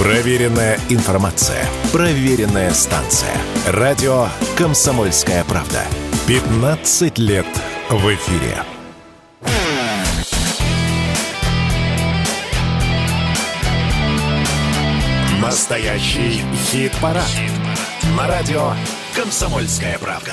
Проверенная информация. Проверенная станция. Радио «Комсомольская правда». 15 лет в эфире. Настоящий хит-парад. На радио «Комсомольская правда».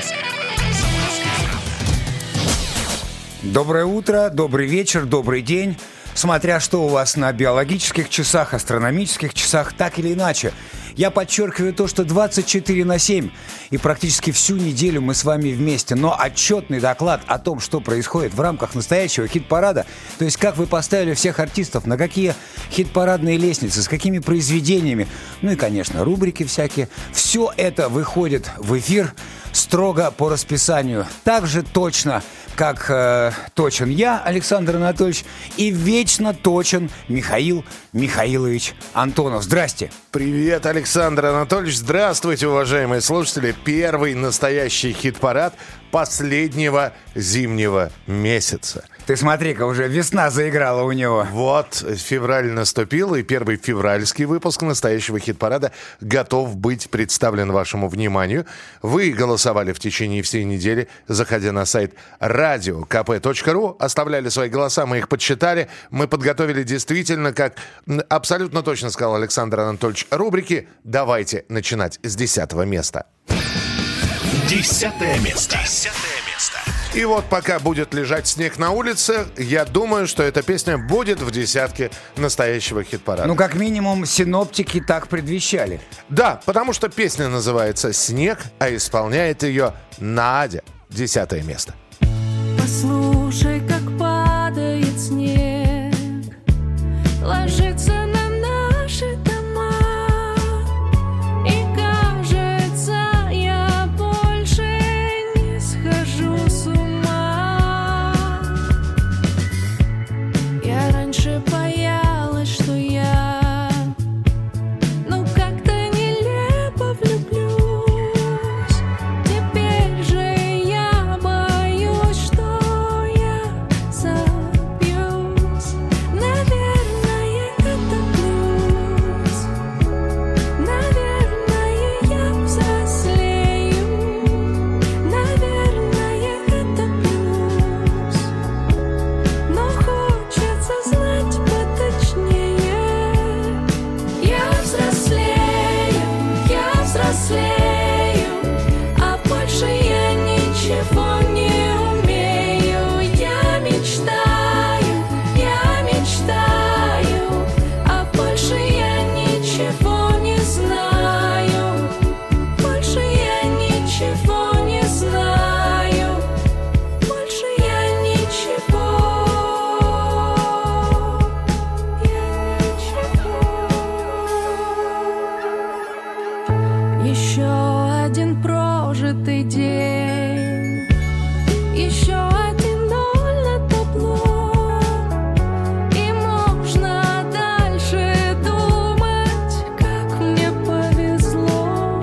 Доброе утро, добрый вечер, добрый день. Смотря что у вас на биологических часах, астрономических часах, так или иначе. Я подчеркиваю то, что 24/7 и практически всю неделю мы с вами вместе. Но отчетный доклад о том, что происходит в рамках настоящего хит-парада, то есть как вы поставили всех артистов, на какие хит-парадные лестницы, с какими произведениями, ну и, конечно, рубрики всякие, все это выходит в эфир строго по расписанию. Так же точно, как точен я, Александр Анатольевич, и вечно точен Михаил Михаилович Антонов. Здрасте. Привет, Александр Анатольевич. Здравствуйте, уважаемые слушатели. Первый настоящий хит-парад последнего зимнего месяца. Ты смотри-ка, уже весна заиграла у него. Вот, февраль наступил, и первый февральский выпуск настоящего хит-парада готов быть представлен вашему вниманию. Вы голосовали в течение всей недели, заходя на сайт radiokp.ru, оставляли свои голоса, мы их подсчитали. Мы подготовили действительно, как абсолютно точно сказал Александр Анатольевич, рубрики. Давайте начинать с 10-го места. 10-е место. И вот пока будет лежать снег на улице, я думаю, что эта песня будет в десятке настоящего хит-парада. Ну, как минимум, синоптики так предвещали. Да, потому что песня называется «Снег», а исполняет ее Надя. 10-е место. Послушай, как падает снег, ложится на наши дома, и кажется, я больше не схожу с ума. Я раньше боялась, что я, ну как-то нелепо влюблюсь. Теперь же я боюсь, что я забьюсь. Наверное, это плюс. Наверное, я взрослею. Наверное, это плюс. Но хочется знать поточнее. Я взрослею, а больше я ничего не умею. Я мечтаю, а больше я ничего не знаю. Больше я ничего не знаю. Больше я ничего. Еще один прожитый день, еще один ноль на табло, и можно дальше думать, как мне повезло.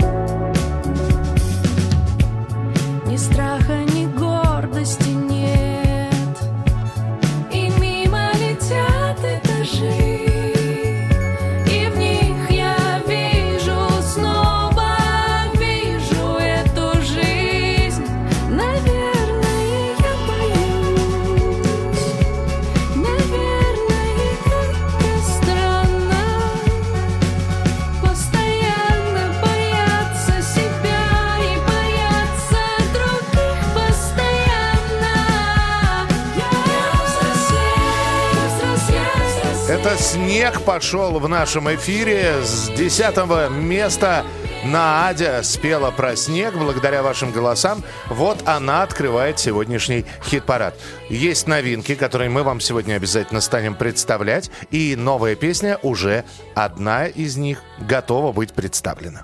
Ни страха, ни гордости нет, и мимо летят этажи. И в них я вижу снова, вижу эту жизнь. Наверное, я боюсь. Наверное, как-то странно постоянно бояться себя и бояться других постоянно. Я взрослею. Это «Снег» пошел в нашем эфире. С 10-го места Надя спела про снег благодаря вашим голосам. Вот она открывает сегодняшний хит-парад. Есть новинки, которые мы вам сегодня обязательно станем представлять. И новая песня, уже одна из них, готова быть представлена.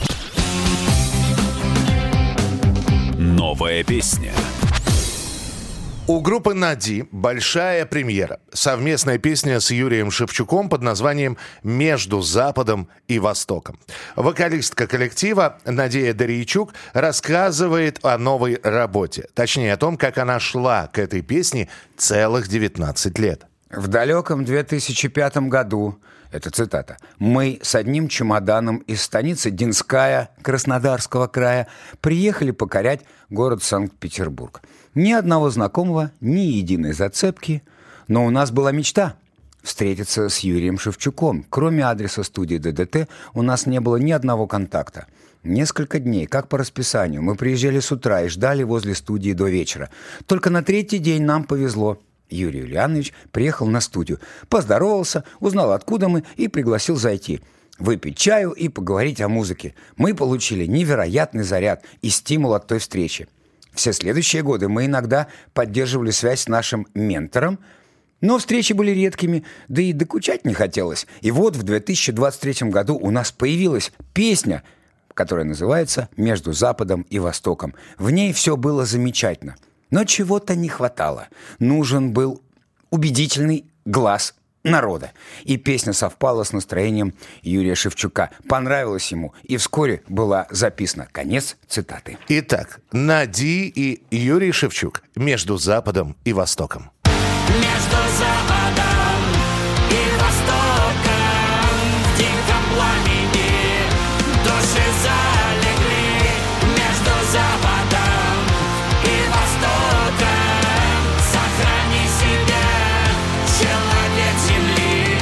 Новая песня. У группы «Нади» большая премьера. Совместная песня с Юрием Шевчуком под названием «Между Западом и Востоком». Вокалистка коллектива Надия Дарийчук рассказывает о новой работе. Точнее, о том, как она шла к этой песне целых 19 лет. В далеком 2005 году Это цитата. «Мы с одним чемоданом из станицы Динская Краснодарского края приехали покорять город Санкт-Петербург. Ни одного знакомого, ни единой зацепки. Но у нас была мечта – встретиться с Юрием Шевчуком. Кроме адреса студии ДДТ у нас не было ни одного контакта. Несколько дней, как по расписанию, мы приезжали с утра и ждали возле студии до вечера. Только на третий день нам повезло. Юрий Ульянович приехал на студию, поздоровался, узнал, откуда мы, и пригласил зайти, выпить чаю и поговорить о музыке. Мы получили невероятный заряд и стимул от той встречи. Все следующие годы мы иногда поддерживали связь с нашим ментором, но встречи были редкими, да и докучать не хотелось. И вот в 2023 году у нас появилась песня, которая называется «Между Западом и Востоком». В ней все было замечательно. Но чего-то не хватало. Нужен был убедительный глаз народа. И песня совпала с настроением Юрия Шевчука. Понравилась ему, и вскоре была записана. Конец цитаты. Итак, Нади и Юрий Шевчук «Между Западом и Востоком». Между Западом и Востоком в диком пламени души залегли. Между Западом и Востоком сохрани себя, человек земли.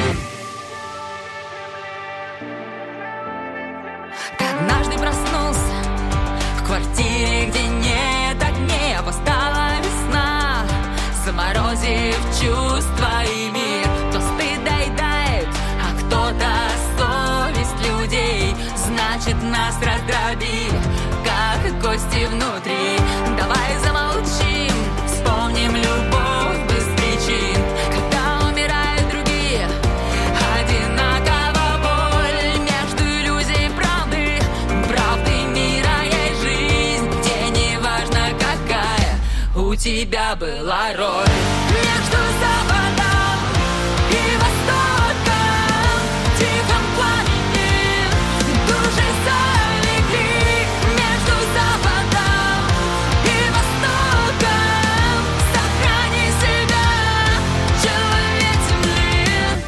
Ты однажды проснулся в квартире, где нет огней, а восстала весна, заморозив чувства и мир. Кто стыд доедает, а кто-то совесть людей. Значит, нас раздробили, как кости внутри. Давай замолчим, вспомним любовь без причин. Когда умирают другие, одинакова боль между иллюзией и правды, правды мира есть жизнь, где не важно какая у тебя была роль. Между Западом и Востоком в тихом пламени души залегли. Между Западом и Востоком сохрани себя, человек земли.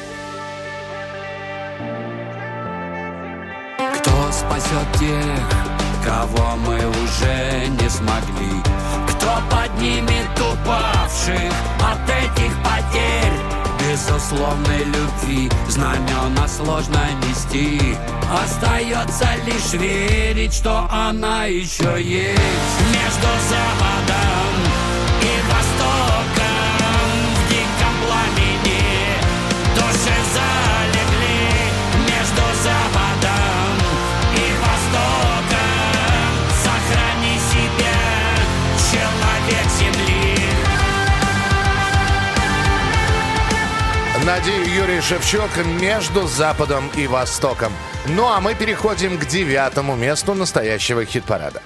Кто спасет тех, кого мы уже не смогли? Кто поднимет упавших от этих потерь? Безусловной любви знамена сложно нести. Остается лишь верить, что она еще есть. Между Западом и Востоком в диком пламени души залегли. Между Западом и Востоком сохрани себя, человек земли. Нади и Юрий Шевчук «Между Западом и Востоком». Ну а мы переходим к 9-му месту настоящего хит-парада.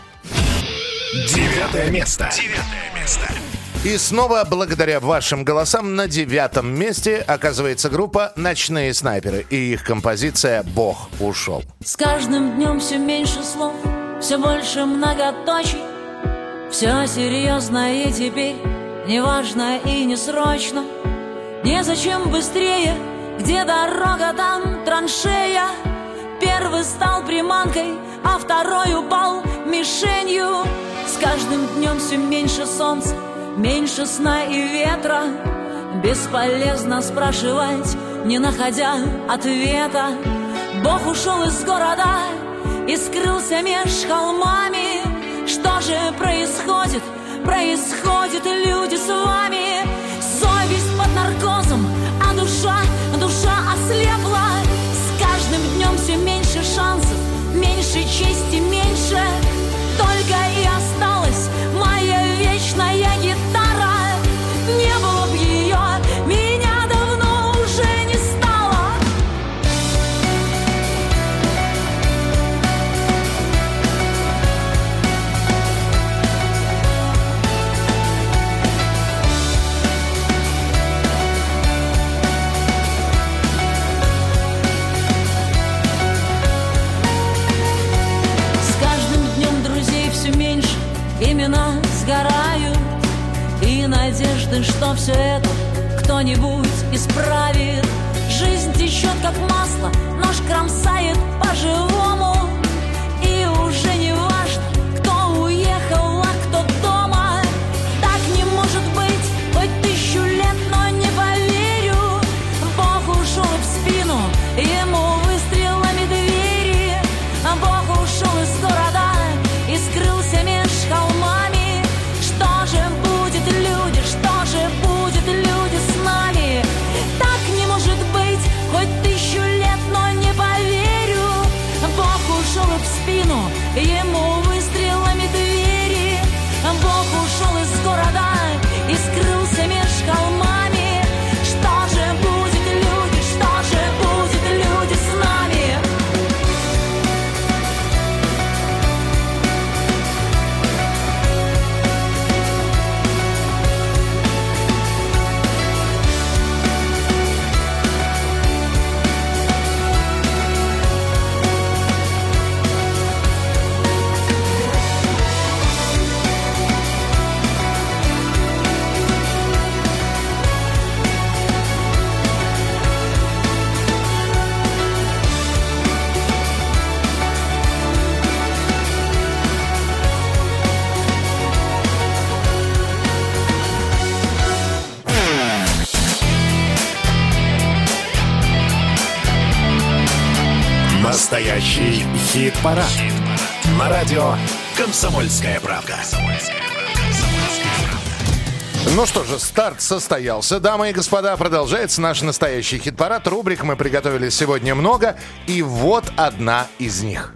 9 место. И снова, благодаря вашим голосам, на 9-м месте оказывается группа «Ночные снайперы» и их композиция «Бог ушел». С каждым днем все меньше слов, все больше многоточий. Все серьезно и теперь неважно и не срочно. Незачем быстрее, где дорога, там траншея. Первый стал приманкой, а второй упал мишенью. С каждым днем все меньше солнца, меньше сна и ветра. Бесполезно спрашивать, не находя ответа. Бог ушел из города и скрылся меж холмами. Что же происходит? Происходит, люди, с вами. Совесть под наркозом, а душа ослепла. С каждым днем все меньше шансов, меньше чести, меньше. Только и осталась моя вечная гитара. Не было б ее, меня давно уже не стало. Имена сгорают, и надежды, что все это кто-нибудь исправит. Жизнь течет как масло, нож кромсает по-живому. И уже не важно, кто уехал, а кто дома. Так не может быть, хоть 1000 лет, но не поверю. Бог ушел в спину, ему выстрелами двери. Бог ушел из города и скрылся меж холмами. Что же будет, люди, что же будет, люди, с нами? Так не может быть, хоть 1000 лет, но не поверю. Бог ушел в спину, ему выстрелами двери. Бог ушел из города и скрылся меж холмами. Что же будет, люди, что же будет, люди, с нами? Настоящий хит-парад. На радио «Комсомольская правда». Ну что же, старт состоялся. Дамы и господа, продолжается наш настоящий хит-парад. Рубрик мы приготовили сегодня много. И вот одна из них.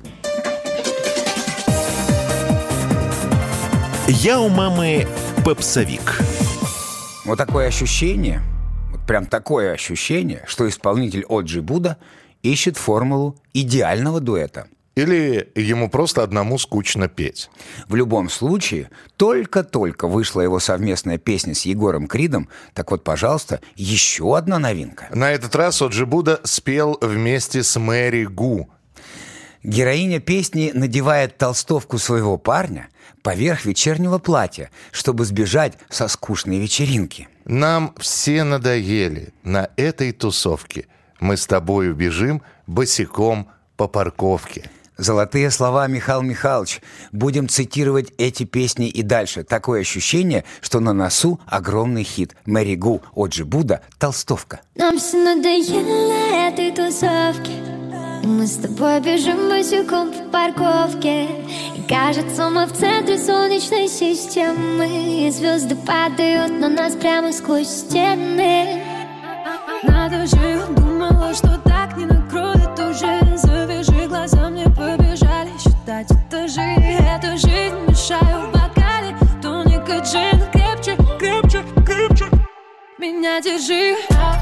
Я у мамы попсовик. Вот такое ощущение, вот прям такое ощущение, что исполнитель Оджи Буда ищет формулу идеального дуэта. Или ему просто одному скучно петь. В любом случае, только-только вышла его совместная песня с Егором Кридом. Так вот, пожалуйста, еще одна новинка. На этот раз Оджи Буда спел вместе с Мэри Гу. Героиня песни надевает толстовку своего парня поверх вечернего платья, чтобы сбежать со скучной вечеринки. Нам все надоели на этой тусовке. Мы с тобою бежим босиком по парковке. Золотые слова, Михаил Михайлович. Будем цитировать эти песни и дальше. Такое ощущение, что на носу огромный хит. Мэри Гу, Оджи Буда, «Толстовка». Нам все надоело на этой тусовке. Мы с тобой бежим босиком по парковке. И кажется, мы в центре солнечной системы. И звезды падают на нас прямо сквозь стены. Надо же, я думала, что так не накроет уже. Завяжи глаза, мне побежали считать этажи. Эта жизнь мешаю в бокале тоника джин. Крепче, крепче, крепче меня держи.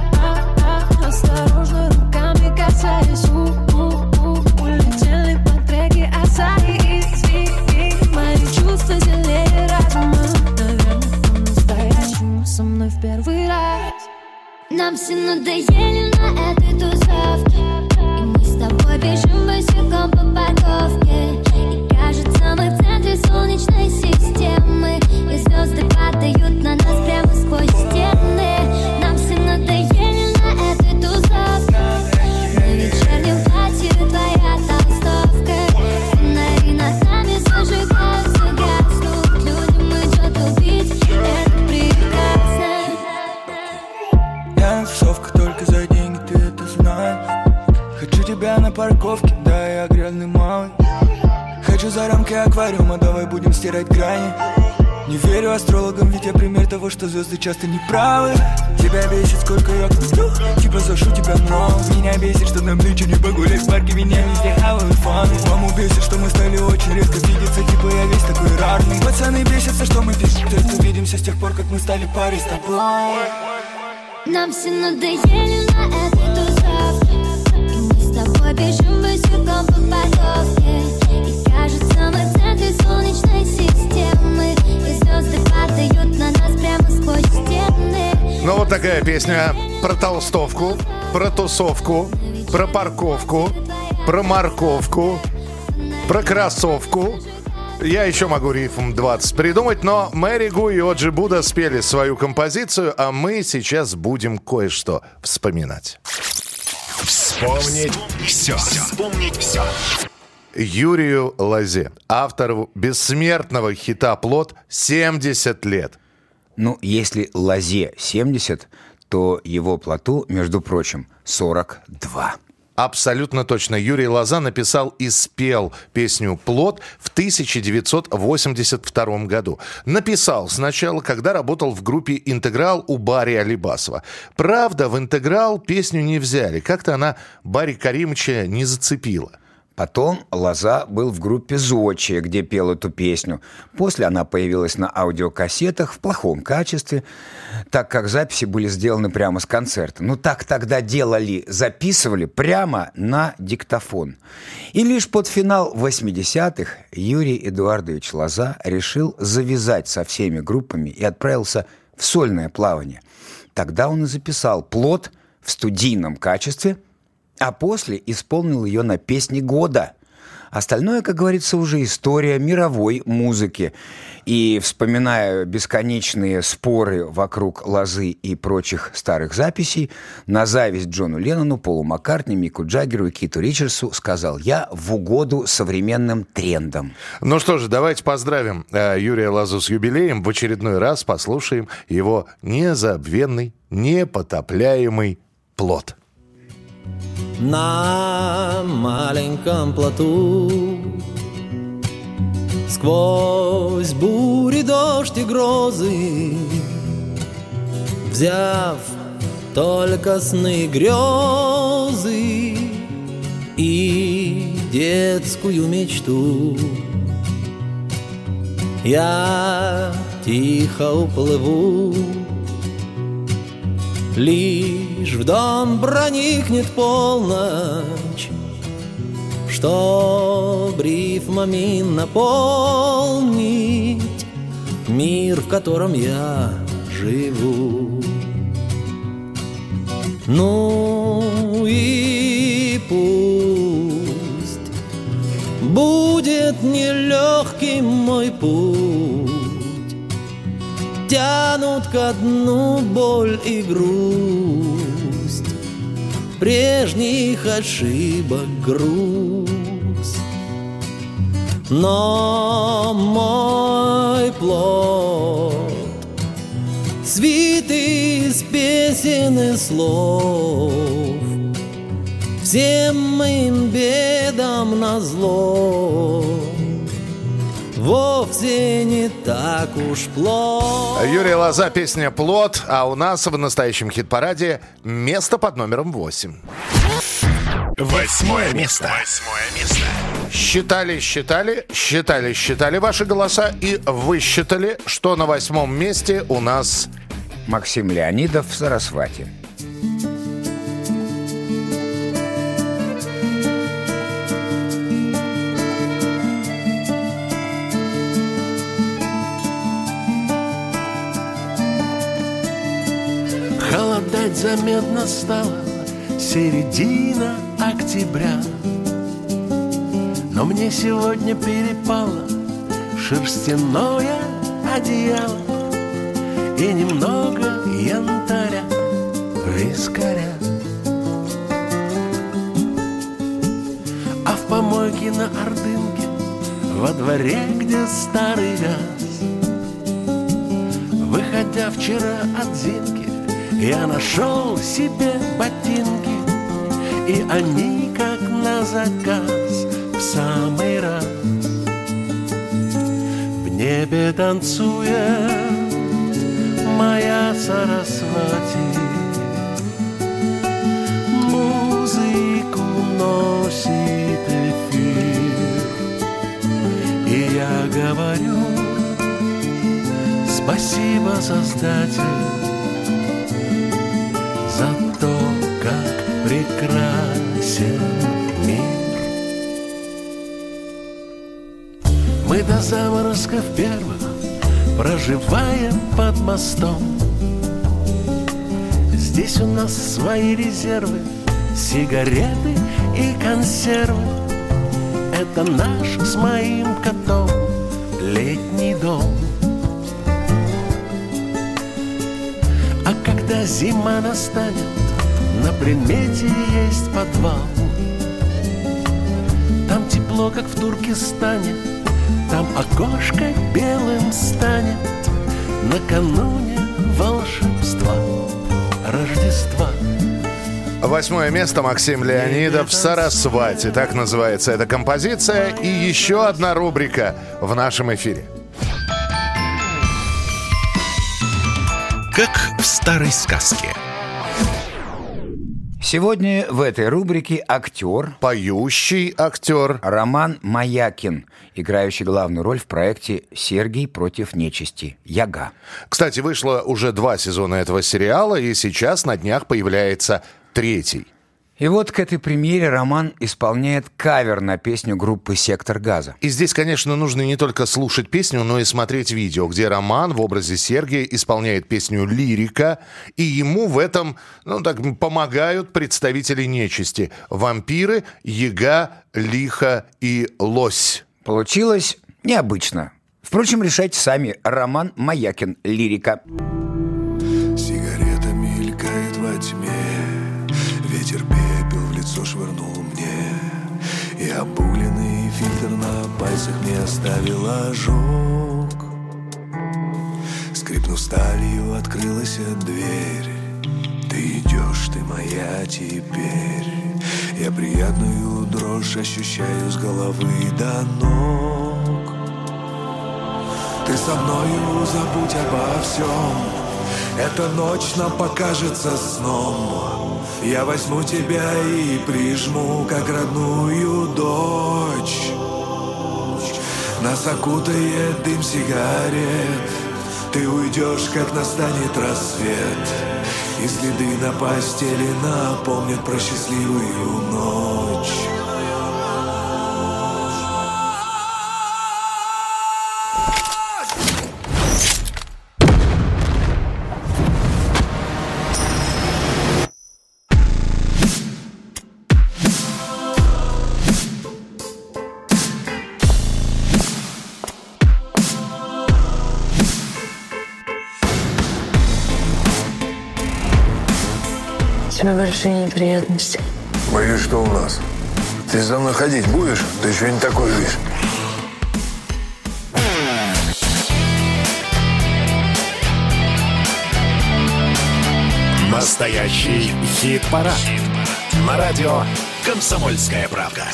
Осторожно, руками касаясь. Улетели по треке Асаи. Мои чувства сильнее разума. Наверное, по-настоящему со мной в первый раз. Нам все надоели на этой тусовке. И мы с тобой бежим босиком по парковке. И кажется, мы в центре солнечной системы. И звезды падают на нас прямо сквозь стены. Нам все надоели на этой тусовке. На вечернем платье твоя толстовка. Фонари над нами зажигаются, гаснут. Людям идет убить, это прекрасно. Я тусовка только за деньги, ты это знаешь. Хочу тебя на парковке, да, я грязный малый. Хочу за рамки аквариума, давай будем стирать грани. Не верю астрологам, ведь я пример того, что звезды часто не правы. Тебя бесит, сколько я кручу, типа зашу тебя много. Меня бесит, что нам нынче не погулять в парке, меня везде хавают фаны. Маму бесит, что мы стали очень редко видеться, типа я весь такой рарный. Пацаны бесятся, что мы пишем, только видимся с тех пор, как мы стали парой с тобой. Нам все надоели на этой тусовке. И мы с тобой бежим босиком по парковке. И кажется, мы в центре солнечной системы. И звезды падают на нас прямо сквозь стены. Ну вот такая песня про толстовку, про тусовку, про парковку, про морковку, про кроссовку. Я еще могу рифм 20 придумать, но Мэри Гу и Оджи Буда спели свою композицию, а мы сейчас будем кое-что вспоминать. Вспомнить все. Вспомнить все. Юрию Лозе, автору бессмертного хита «Плот», 70 лет. Ну, если Лозе 70, то его Плоту, между прочим, 42. Абсолютно точно. Юрий Лоза написал и спел песню «Плот» в 1982 году. Написал сначала, когда работал в группе «Интеграл» у Барри Алибасова. Правда, в «Интеграл» песню не взяли. Как-то она Барри Каримовича не зацепила. Потом Лоза был в группе «Зодчие», где пел эту песню. После она появилась на аудиокассетах в плохом качестве, так как записи были сделаны прямо с концерта. Ну так тогда делали, записывали прямо на диктофон. И лишь под финал 80-х Юрий Эдуардович Лоза решил завязать со всеми группами и отправился в сольное плавание. Тогда он и записал «Плот» в студийном качестве, а после исполнил ее на «Песне года». Остальное, как говорится, уже история мировой музыки. И, вспоминая бесконечные споры вокруг Лозы и прочих старых записей, на зависть Джону Леннону, Полу Маккартни, Мику Джаггеру и Киту Ричардсу сказал: «Я в угоду современным трендам». Ну что же, давайте поздравим Юрия Лозу с юбилеем. В очередной раз послушаем его незабвенный, непотопляемый «Плот». На маленьком плоту сквозь бури, дождь и грозы, взяв только сны, грезы и детскую мечту, я тихо уплыву. Лишь в дом проникнет полночь, чтоб рифмами наполнить мир, в котором я живу. Ну и пусть будет нелегким мой путь, тянут ко дну боль и грусть, прежних ошибок груз. Но мой плот свит из песен и слов, всем моим бедам назло, вовсе не так уж плохо. Юрий Лоза, песня «Плот», а у нас в настоящем хит-параде место под номером 8. 8 место. Считали ваши голоса и высчитали, что на 8 месте у нас Максим Леонидов, «Сарасвати». Холодать заметно стало середина октября, но мне сегодня перепало шерстяное одеяло и немного янтаря, вискаря. А в помойке на Ордынке, во дворе, где старый газ, выходя вчера от Зинки, я нашел себе ботинки, и они как на заказ в самый раз. В небе танцует моя Сарасвати, музыку носит эфир, и я говорю: спасибо, Создатель, за то, как прекрасен мир. Мы до заморозков первых проживаем под мостом. Здесь у нас свои резервы, сигареты и консервы. Это наш с моим котом летний дом. А когда зима настанет, на примете есть подвал. Там тепло, как в Туркестане, там окошко белым станет накануне волшебства Рождества. 8 место. Максим Леонидов «Сарасвати». Так называется эта композиция. И еще одна рубрика в нашем эфире. Как в старой сказке. Сегодня в этой рубрике актер, Поющий актер Роман Маякин, играющий главную роль в проекте «Сергий против нечисти. Яга». Кстати, вышло уже 2 сезона этого сериала, и сейчас на днях появляется 3-й. И вот к этой премьере Роман исполняет кавер на песню группы «Сектор газа». И здесь, конечно, нужно не только слушать песню, но и смотреть видео, где Роман в образе Сергия исполняет песню «Лирика», и ему в этом, помогают представители нечисти. Вампиры, яга, лиха и лось. Получилось необычно. Впрочем, решайте сами. Роман Маякин, «Лирика». Сигарета мелькает во тьме, ветер пепел в лицо швырнул мне, и обугленный фильтр на пальцах не оставил ожог. Скрипнув сталью, открылась дверь. Ты идешь, ты моя теперь. Я приятную дрожь ощущаю с головы до ног. Ты со мною, забудь обо всем. Эта ночь нам покажется сном. Я возьму тебя и прижму, как родную дочь. Нас окутает дым сигарет. Ты уйдешь, как настанет рассвет, и следы на постели напомнят про счастливую ночь. У тебя большие неприятности. Боюсь, что у нас. Ты за мной ходить будешь? Ты еще не такой видишь. Настоящий хит-парад. На радио «Комсомольская правда».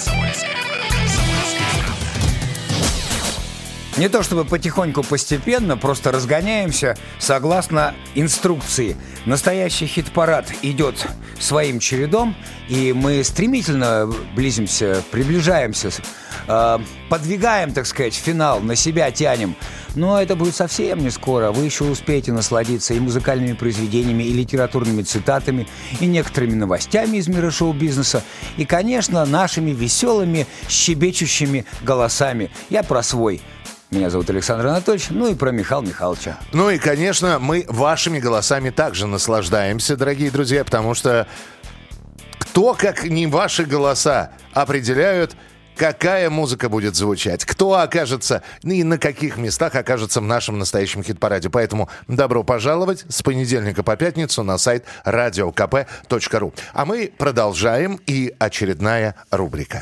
Не то чтобы потихоньку, постепенно, просто разгоняемся согласно инструкции. Настоящий хит-парад идет своим чередом, и мы стремительно приближаемся, подвигаем, так сказать, финал, на себя тянем. Но это будет совсем не скоро. Вы еще успеете насладиться и музыкальными произведениями, и литературными цитатами, и некоторыми новостями из мира шоу-бизнеса, и, конечно, нашими веселыми, щебечущими голосами. Я про свой. Меня зовут Александр Анатольевич, и про Михаила Михайловича. Ну и, конечно, мы вашими голосами также наслаждаемся, дорогие друзья, потому что кто, как не ваши голоса, определяют, какая музыка будет звучать, кто окажется и на каких местах окажется в нашем настоящем хит-параде. Поэтому добро пожаловать с понедельника по пятницу на сайт radiokp.ru. А мы продолжаем, и очередная рубрика.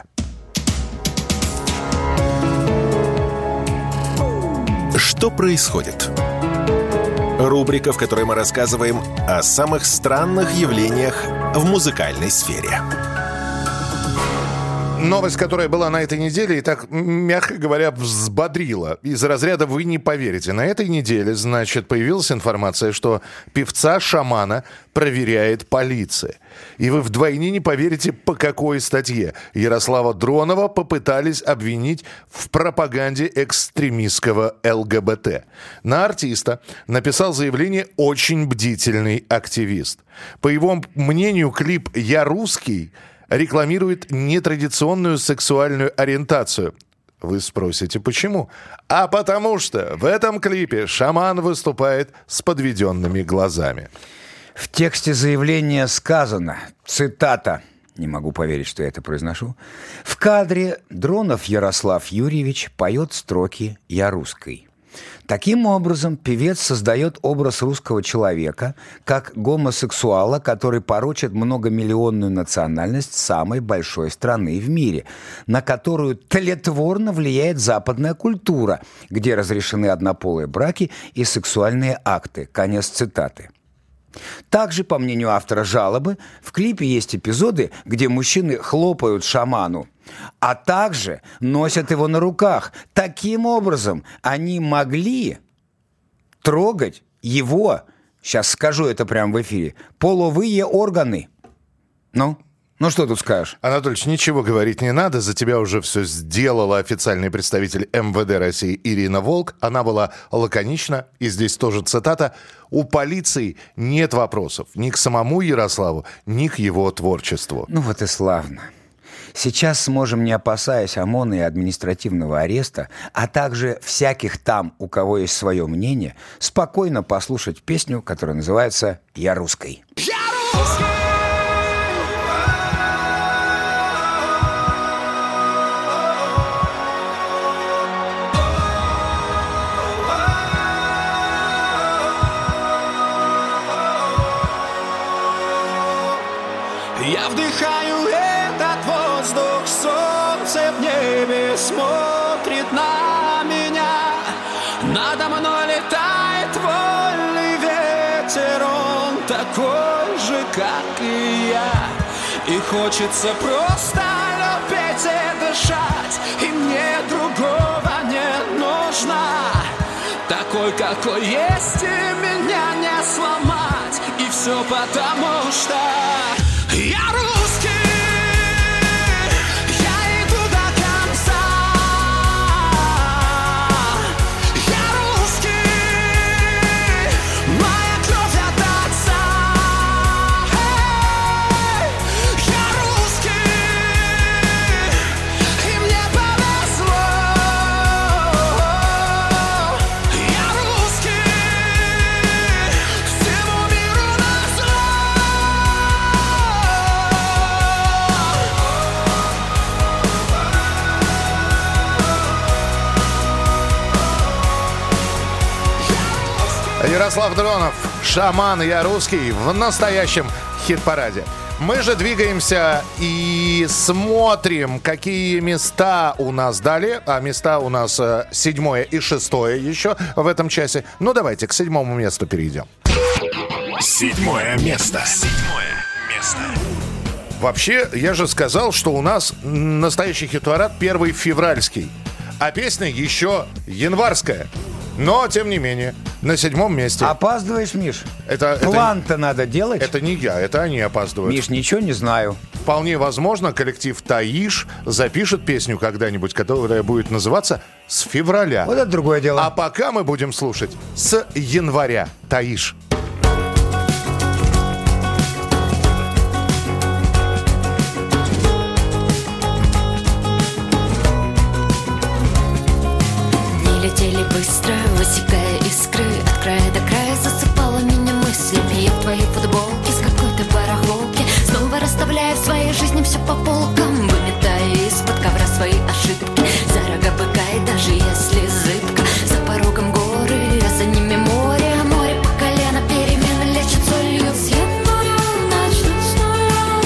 Что происходит? Рубрика, в которой мы рассказываем о самых странных явлениях в музыкальной сфере. Новость, которая была на этой неделе и так, мягко говоря, взбодрила. Из разряда «вы не поверите». На этой неделе, значит, появилась информация, что певца-шамана проверяет полиция. И вы вдвойне не поверите, по какой статье. Ярослава Дронова попытались обвинить в пропаганде экстремистского ЛГБТ. На артиста написал заявление очень бдительный активист. По его мнению, клип «Я русский» рекламирует нетрадиционную сексуальную ориентацию. Вы спросите, почему? А потому что в этом клипе шаман выступает с подведенными глазами. В тексте заявления сказано, цитата, не могу поверить, что я это произношу, «В кадре Дронов Ярослав Юрьевич поет строки «Я русский». Таким образом, певец создает образ русского человека как гомосексуала, который порочит многомиллионную национальность самой большой страны в мире, на которую тлетворно влияет западная культура, где разрешены однополые браки и сексуальные акты. Конец цитаты. Также, по мнению автора жалобы, в клипе есть эпизоды, где мужчины хлопают шаману, а также носят его на руках. Таким образом, они могли трогать его, сейчас скажу это прямо в эфире, половые органы. Ну что тут скажешь? Анатольевич, ничего говорить не надо. За тебя уже все сделала официальный представитель МВД России Ирина Волк. Она была лаконична. И здесь тоже цитата. «У полиции нет вопросов ни к самому Ярославу, ни к его творчеству». Ну вот и славно. Сейчас сможем, не опасаясь ОМОНа и административного ареста, а также всяких там, у кого есть свое мнение, спокойно послушать песню, которая называется «Я русский». Я русский! Я вдыхаю этот воздух, солнце в небе смотрит на меня. Надо мной летает вольный ветер, он такой же, как и я. И хочется просто любить и дышать, и мне другого не нужно. Такой, какой есть, и меня не сломать. И все потому, что я русский, я иду до конца. Я русский, моя кровь от отца. Я русский, и мне повезло. Я русский, всему миру назло. Ярослав Дронов, «Шаман, я русский» в настоящем хит-параде. Мы же двигаемся и смотрим, какие места у нас дали. А места у нас 7 и 6 еще в этом часе. Ну, давайте к 7 месту перейдем. 7 место. Вообще, я же сказал, что у нас настоящий хит-парад 1 февральский. А песня еще январская. Но, тем не менее, на 7 месте. Опаздываешь, Миш? План-то надо делать. Это не я, это они опаздывают. Миш, ничего не знаю. Вполне возможно, коллектив «Таиш» запишет песню когда-нибудь, которая будет называться «С февраля». Вот это другое дело. А пока мы будем слушать «С января» «Таиш». Летели быстро, высекая искры. От края до края засыпала меня мыслями. Я в твоей футболке с какой-то барахолки, снова расставляя в своей жизни все по полкам, выметая из-под ковра свои ошибки. За рога быка, и даже если зыбко, за порогом горы, а за ними море. А море по колено, перемены лечат солью. С января начнут с нуля.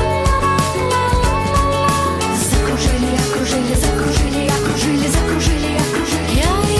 Закружили, окружили, закружили, окружили, закружили, окружили.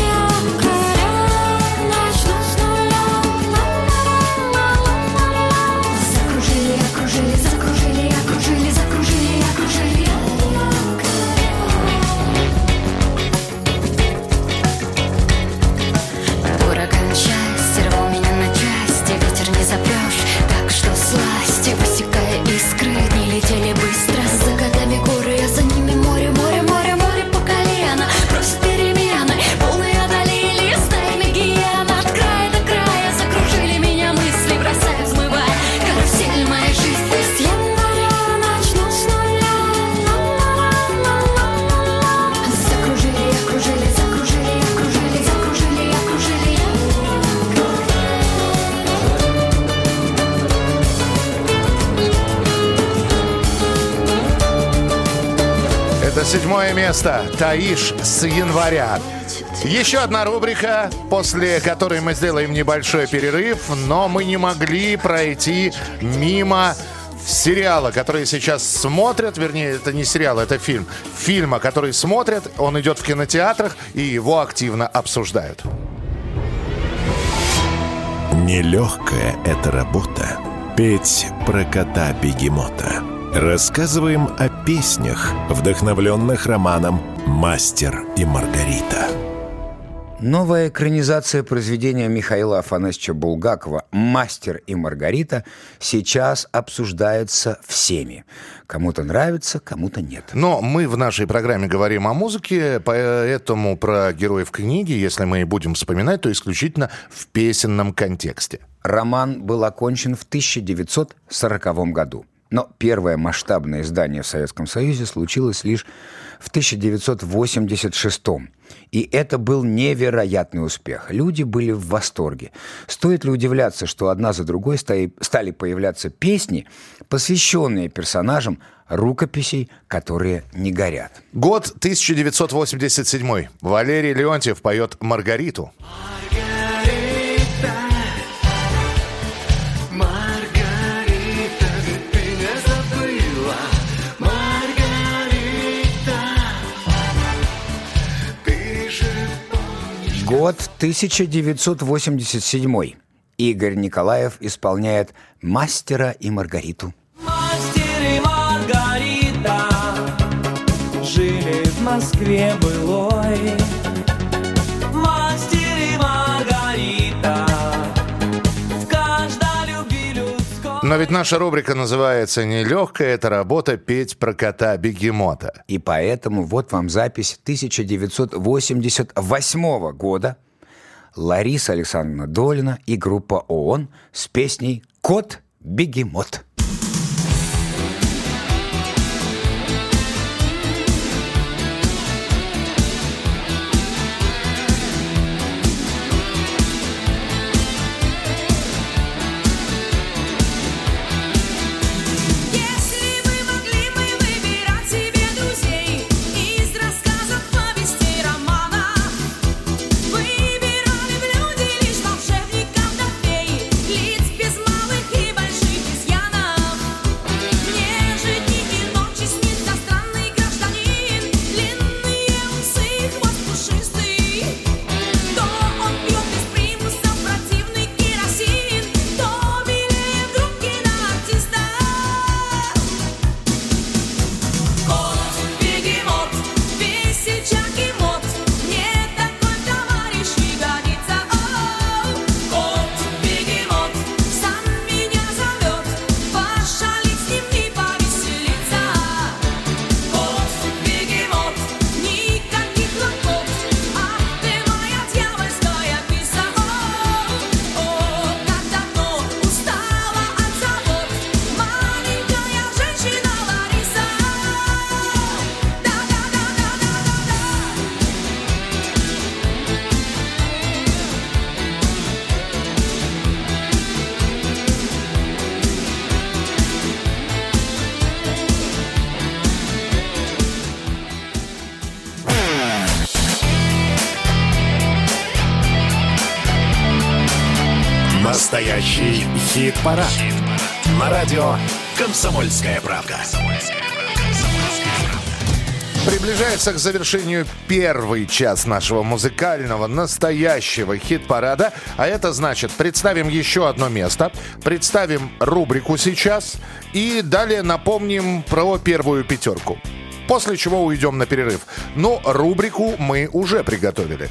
Летели быстро, за годами горы, а за ними море, море, море, море по колено. Просят перемены, полные одолели стаями гиен. От края до края закружили меня мысли, бросая, взмывая карусель моей жизни. С января начну с нуля. Закружили, окружили, закружили, окружили, закружили, окружили. Это 7 место. «Таиш» с января. Еще одна рубрика, после которой мы сделаем небольшой перерыв, но мы не могли пройти мимо сериала, который сейчас смотрят, вернее, это не сериал, это фильм. Фильма, который смотрят, он идет в кинотеатрах, и его активно обсуждают. Нелегкая эта работа — петь про кота-бегемота. Рассказываем о песнях, вдохновленных романом «Мастер и Маргарита». Новая экранизация произведения Михаила Афанасьевича Булгакова «Мастер и Маргарита» сейчас обсуждается всеми. Кому-то нравится, кому-то нет. Но мы в нашей программе говорим о музыке, поэтому про героев книги, если мы и будем вспоминать, то исключительно в песенном контексте. Роман был окончен в 1940 году. Но первое масштабное издание в Советском Союзе случилось лишь в 1986. И это был невероятный успех. Люди были в восторге. Стоит ли удивляться, что одна за другой стали появляться песни, посвященные персонажам рукописей, которые не горят. Год 1987. Валерий Леонтьев поет «Маргариту». Год 1987. Игорь Николаев исполняет «Мастера и Маргариту». Мастер и Маргарита жили в Москве былой. Мастер и Маргарита в каждой любви людской. Но ведь наша рубрика называется «Нелегкая эта работа петь про кота-бегемота». И поэтому вот вам запись 1988 года. Лариса Александровна Долина и группа ООН с песней «Кот-бегемот». Настоящий хит-парад. На радио «Комсомольская правда». Приближается к завершению первый час нашего музыкального настоящего хит-парада. А это значит, представим еще одно место, представим рубрику сейчас и далее напомним про первую пятерку. После чего уйдем на перерыв. Но рубрику мы уже приготовили.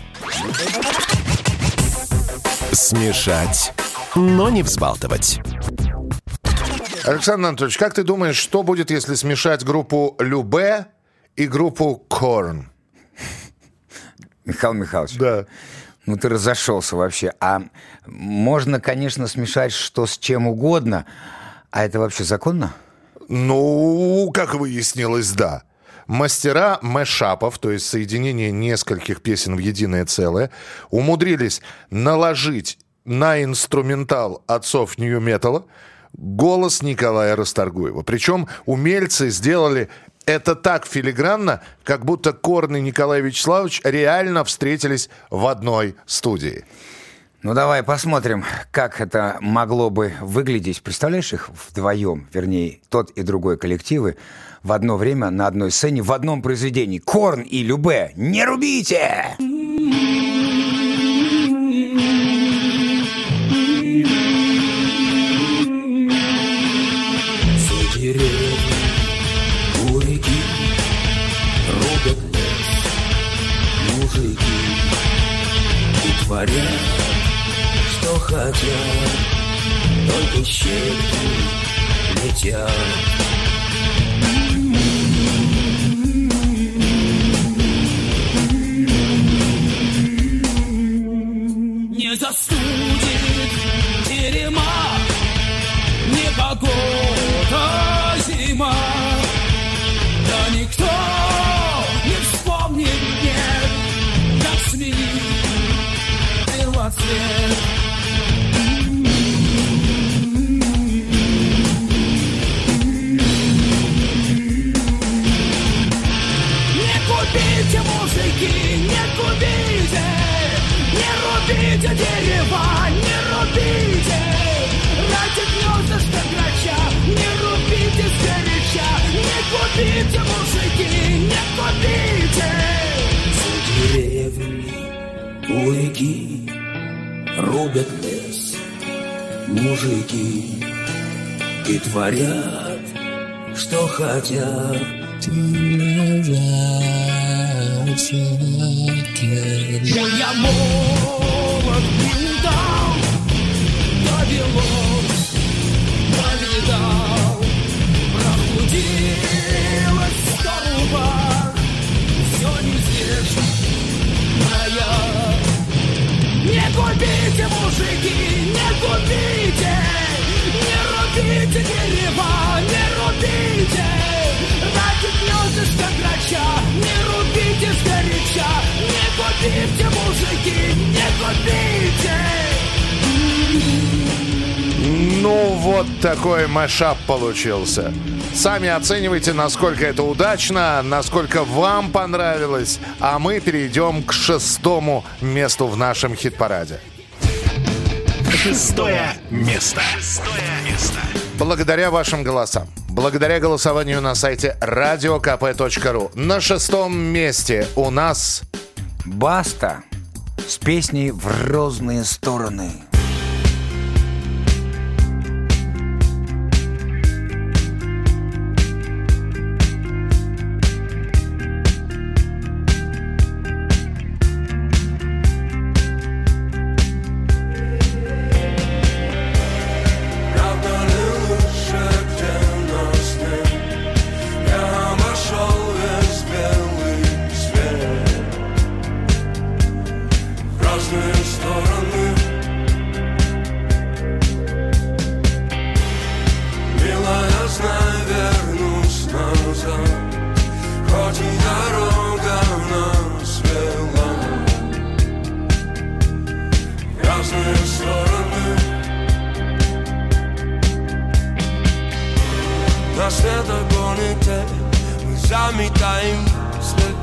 Смешать, но не взбалтывать. Александр Анатольевич, как ты думаешь, что будет, если смешать группу Любэ и группу Корн? Михаил Михайлович, да. Ну ты разошелся вообще. А можно, конечно, смешать что с чем угодно. А это вообще законно? Ну, как выяснилось, да. Мастера мэшапов, то есть соединение нескольких песен в единое целое, умудрились наложить на инструментал отцов нью-металла голос Николая Расторгуева. Причем умельцы сделали Это так филигранно, как будто Корн и Николай Вячеславович реально встретились в одной студии. Ну, давай посмотрим, как это могло бы выглядеть. Представляешь их вдвоем, вернее, тот и другой коллективы в одно время на одной сцене, в одном произведении. Корн и Любэ. Не рубите! У реки рубят лес мужики и творят, что хотят, только щепки летят. Не застудит терема, непогода зима. Да никто не вспомнит мне, как сменить первоцвет. Не купите музыки, не купите, не рубите дерева, не рубите. Ради гнездышка грача, не рубите сгоряча. Не купите музыки, не купите. За деревьями у реки рубят лес мужики и творят, что хотят. Ой, я молод и удал, довелось, повидал, прохудилось в старубах, все неизвестно моя. Не купите мужики, не купите, не рубите дерева, не рубите. Ради гнездышка грача, не рубите сгоряча. Не купите мужики, не купите. Ну, вот такой мэшап получился. Сами оценивайте, насколько это удачно, насколько вам понравилось. А мы перейдем к 6-му месту в нашем хит-параде. 6-е место. Благодаря вашим голосам, благодаря голосованию на сайте radiokp.ru, на 6-м месте у нас Баста с песней «В разные стороны». На светогоне мы заметаем след.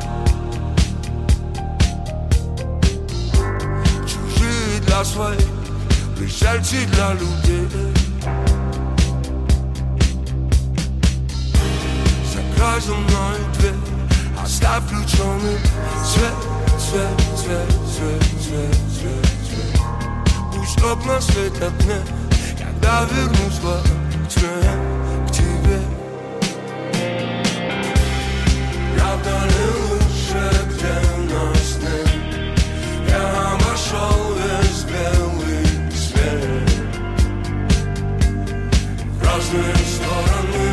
Чужие для своих, пришельцы для людей. Закрой за мной дверь, оставь включенный свет, свет, свет, свет, свет, свет, свет. Пусть окна светят мне, когда вернусь к тьме. Правда ли лучше, где нас нет? Я обошел весь белый свет. В разные стороны.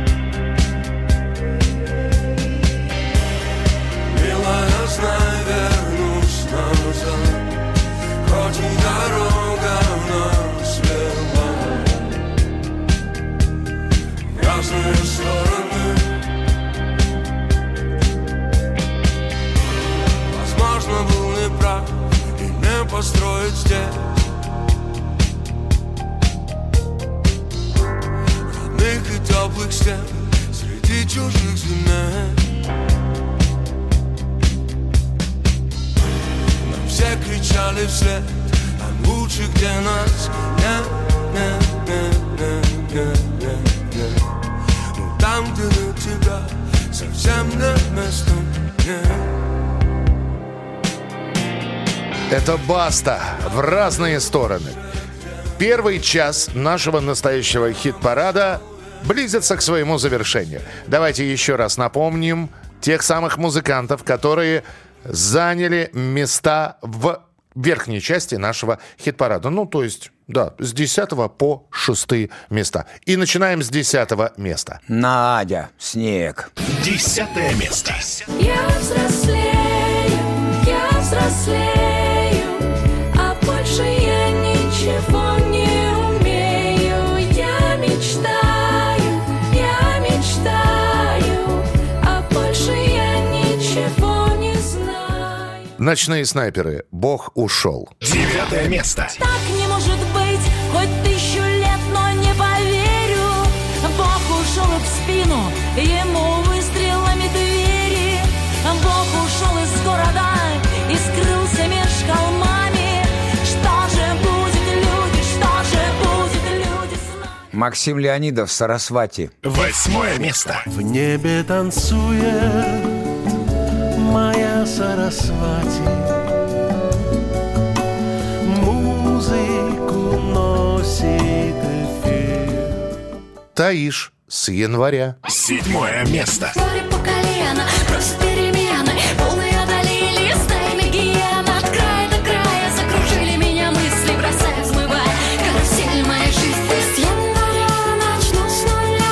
Милая, знай, вернусь назад. Хоть и дорога нас вела. В разные стороны. Возможно, был неправ и не построить здесь родных и теплых стен среди чужих земель. Нам все кричали вслед, там лучше, где нас нет. Ну там, где для тебя совсем нет места, нет. Это Баста в разные стороны. Первый час нашего настоящего хит-парада близится к своему завершению. Давайте еще раз напомним тех самых музыкантов, которые заняли места в верхней части нашего хит-парада. Ну, то есть, да, с 10 по 6 места. И начинаем с 10 места. Надя, «Снег». 10 место. Я взрослею, а больше я ничего не умею. Я мечтаю, а больше я ничего не знаю. Ночные снайперы. «Бог ушел». 9 место. Так не может быть, хоть 1000 лет, но не поверю. Бог ушел в спину, ему выстрелами двери. Бог ушел из города и скрылся меж холмами. Что же будет, люди, с нами? Максим Леонидов, «Сарасвати». 8 место. В небе танцует моя Сарасвати, музыку носит эфир. «Таиш» с января. 7 место. Море по колено, просто перемены. Волны одолели, стаями гиен. От края до края закружили меня мысли, бросая, взмывая карусель моей жизни. С января начну с нуля.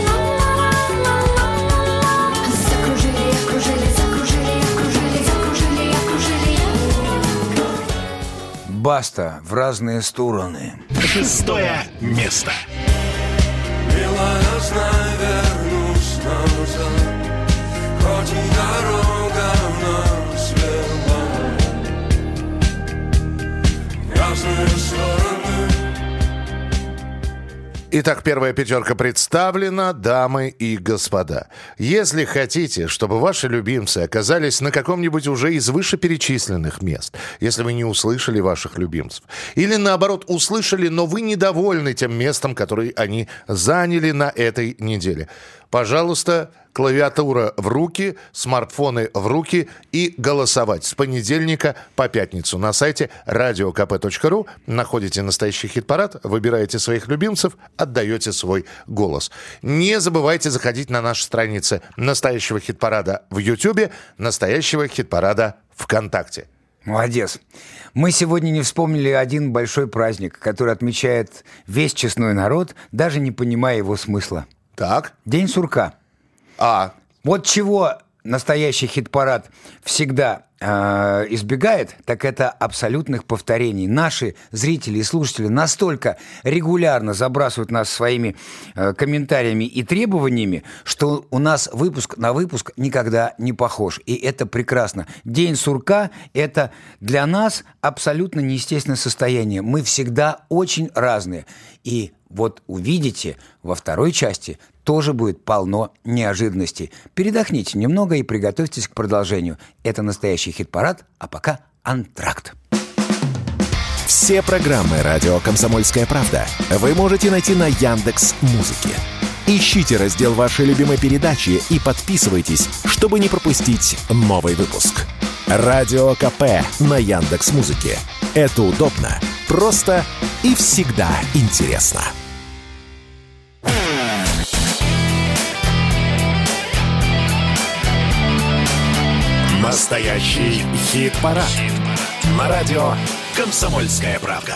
Закружили. Баста, «В разные стороны». 6 место. Милая, знай, вернусь назад, хоть и дорога нам свела. Разные стороны. Итак, первая пятерка представлена, дамы и господа. Если хотите, чтобы ваши любимцы оказались на каком-нибудь уже из вышеперечисленных мест, если вы не услышали ваших любимцев, или наоборот услышали, но вы недовольны тем местом, которое они заняли на этой неделе, пожалуйста, клавиатура в руки, смартфоны в руки и голосовать с понедельника по пятницу на сайте radiokp.ru. Находите настоящий хит-парад, выбираете своих любимцев, отдаете свой голос. Не забывайте заходить на наши страницы настоящего хит-парада в Ютьюбе, настоящего хит-парада ВКонтакте. Молодец. Мы сегодня не вспомнили один большой праздник, который отмечает весь честной народ, даже не понимая его смысла. Так. День сурка. Вот чего настоящий хит-парад всегда избегает, так это абсолютных повторений. Наши зрители и слушатели настолько регулярно забрасывают нас своими комментариями и требованиями, что у нас выпуск на выпуск никогда не похож. И это прекрасно. День сурка – это для нас абсолютно неестественное состояние. Мы всегда очень разные. И вот увидите, во второй части тоже будет полно неожиданностей. Передохните немного и приготовьтесь к продолжению. Это настоящий хит-парад, а пока антракт. Все программы «Радио Комсомольская правда» вы можете найти на Яндекс.Музыке. Ищите раздел вашей любимой передачи и подписывайтесь, чтобы не пропустить новый выпуск. Радио КП на Яндекс.Музыке. Это удобно, просто и всегда интересно. Настоящий хит-парад. На радио «Комсомольская правда».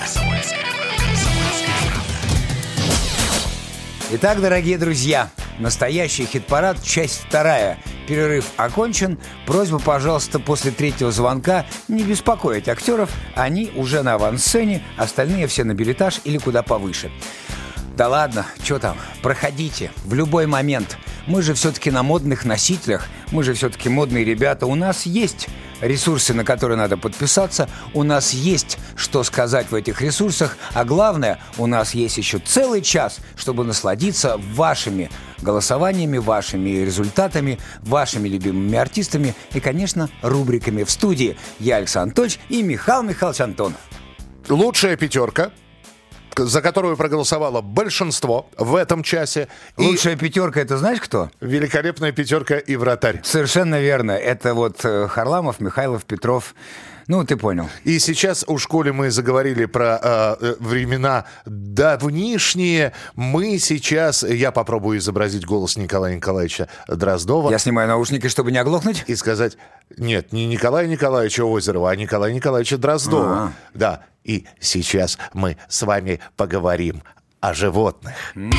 Итак, дорогие друзья, настоящий хит-парад, часть 2. Перерыв окончен. Просьба, пожалуйста, после 3-го звонка не беспокоить актеров. Они уже на авансцене, остальные все на биллетаж или куда повыше. Да ладно, что там, проходите в любой момент. Мы же все-таки на модных носителях, мы же все-таки модные ребята. У нас есть ресурсы, на которые надо подписаться, у нас есть что сказать в этих ресурсах, а главное, у нас есть еще целый час, чтобы насладиться вашими голосованиями, вашими результатами, вашими любимыми артистами и, конечно, рубриками. В студии я, Александр Анатольевич, и Михаил Михайлович Антонов. Лучшая пятерка, за которую проголосовало большинство в этом часе. Лучшая пятерка, это знаешь кто? Великолепная пятерка и вратарь. Совершенно верно. Это вот Харламов, Михайлов, Петров. Ну, ты понял. И сейчас у школе мы заговорили про времена давнишние. Я попробую изобразить голос Николая Николаевича Дроздова. Я снимаю наушники, чтобы не оглохнуть? И сказать, нет, не Николая Николаевича Озерова, а Николая Николаевича Дроздова. А-а-а. Да, и сейчас мы с вами поговорим о животных.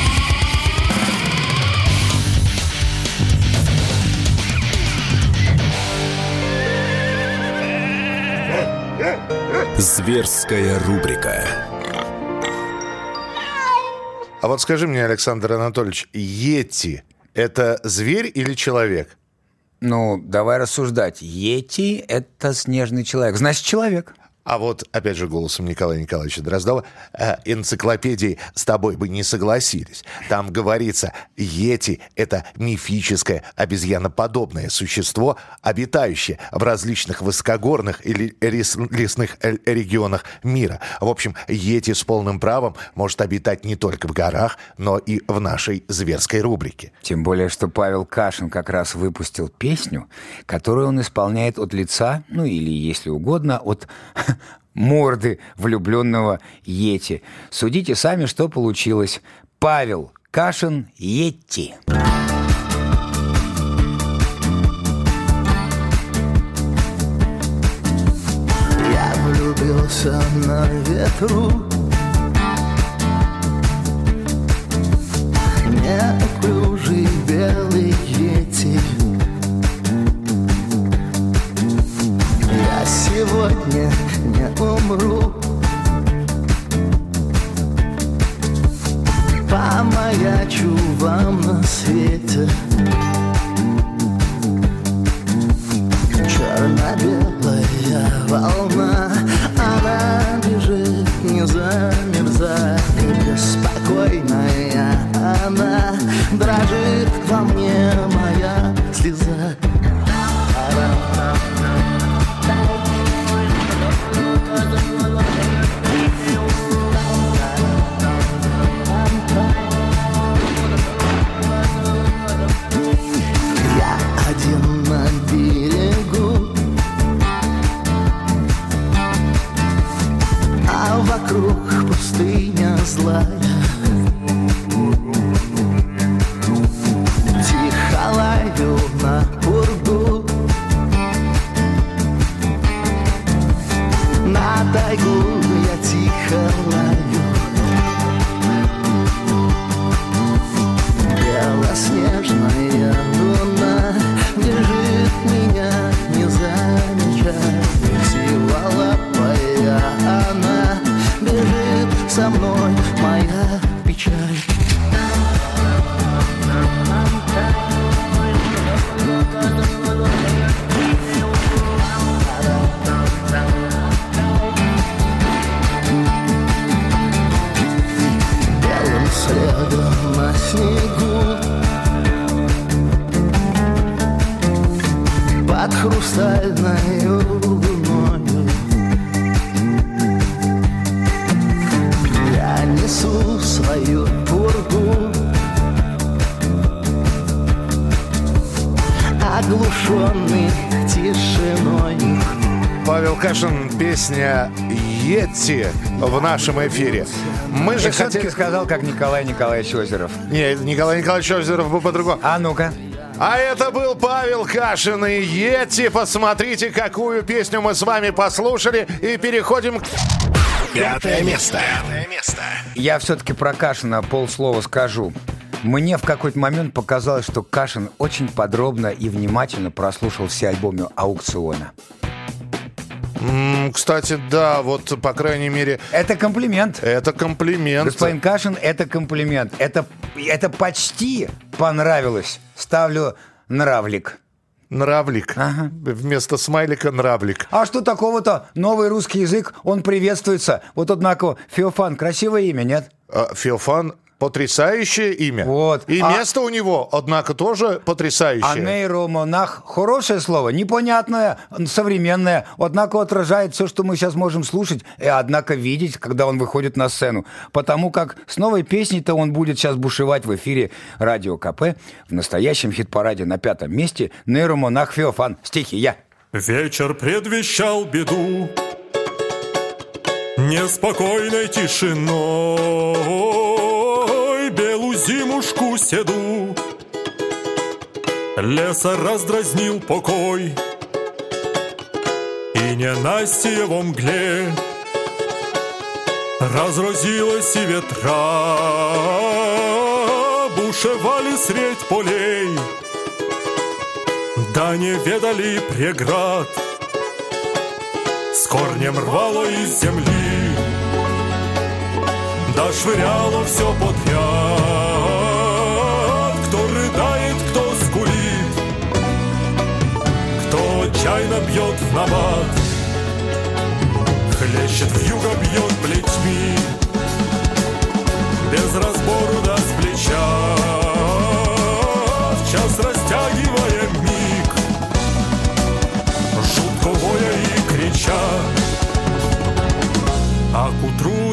Зверская рубрика. А вот скажи мне, Александр Анатольевич, йети – это зверь или человек? Ну, давай рассуждать. Йети – это снежный человек. Значит, человек. А вот, опять же, голосом Николая Николаевича Дроздова, энциклопедии с тобой бы не согласились. Там говорится, йети – это мифическое обезьяноподобное существо, обитающее в различных высокогорных или лесных регионах мира. В общем, йети с полным правом может обитать не только в горах, но и в нашей зверской рубрике. Тем более, что Павел Кашин как раз выпустил песню, которую он исполняет от лица, ну или, если угодно, от морды влюбленного йети. Судите сами, что получилось. Павел Кашин йети. Я влюбился на ветру, неуклюжий белый йети. Я сегодня не умру, помаячу вам на свете. Черно-белая волна, она бежит, не замерзая, беспокойная она, дрожит во мне моя слеза. Вокруг пустыня злая, тихо лаю на пургу, на тайгу я тихо лаю. Белоснежная луна держит меня, не замечая, сиволапая она бежит со мной, моя печаль. Белым следом на снегу, под хрустальной луною я несу свою пургу, оглушенный тишиной. Павел Кашин, песня «Йети» в нашем эфире. Мы же все-таки сказал, как Николай Николаевич Озеров. Нет, Николай Николаевич Озеров был по-другому. А ну-ка. А это был Павел Кашин и «Йети». Посмотрите, какую песню мы с вами послушали. И переходим к... Пятое место. Я все-таки про Кашина полслова скажу. Мне в какой-то момент показалось, что Кашин очень подробно и внимательно прослушал все альбомы «Аукциона». Кстати, да, вот, по крайней мере... Это комплимент. Это комплимент. Господин Кашин, это комплимент. Это почти понравилось. Ставлю нравлик. Нравлик. Ага. Вместо смайлика нравлик. А что такого-то? Новый русский язык, он приветствуется. Вот, однако, Феофан, красивое имя, нет? Феофан... Потрясающее имя. Вот. И место у него, однако, тоже потрясающее. А нейромонах – хорошее слово, непонятное, современное, однако отражает все, что мы сейчас можем слушать, и однако видеть, когда он выходит на сцену. Потому как с новой песней-то он будет сейчас бушевать в эфире Радио КП. В настоящем хит-параде на 5-м месте нейромонах Феофан. Стихия. Вечер предвещал беду неспокойной тишиной, белую зимушку седу леса раздразнил покой, и ненастье во мгле разразилось и ветра бушевали средь полей, да не ведали преград, с корнем рвало из земли, да швыряло все подряд. Кто рыдает, кто скулит, кто отчаянно бьет в набат, хлещет вьюга, бьет плетьми, без разбору да с плеча, в час растягивая миг, жутко воя и крича. А к утру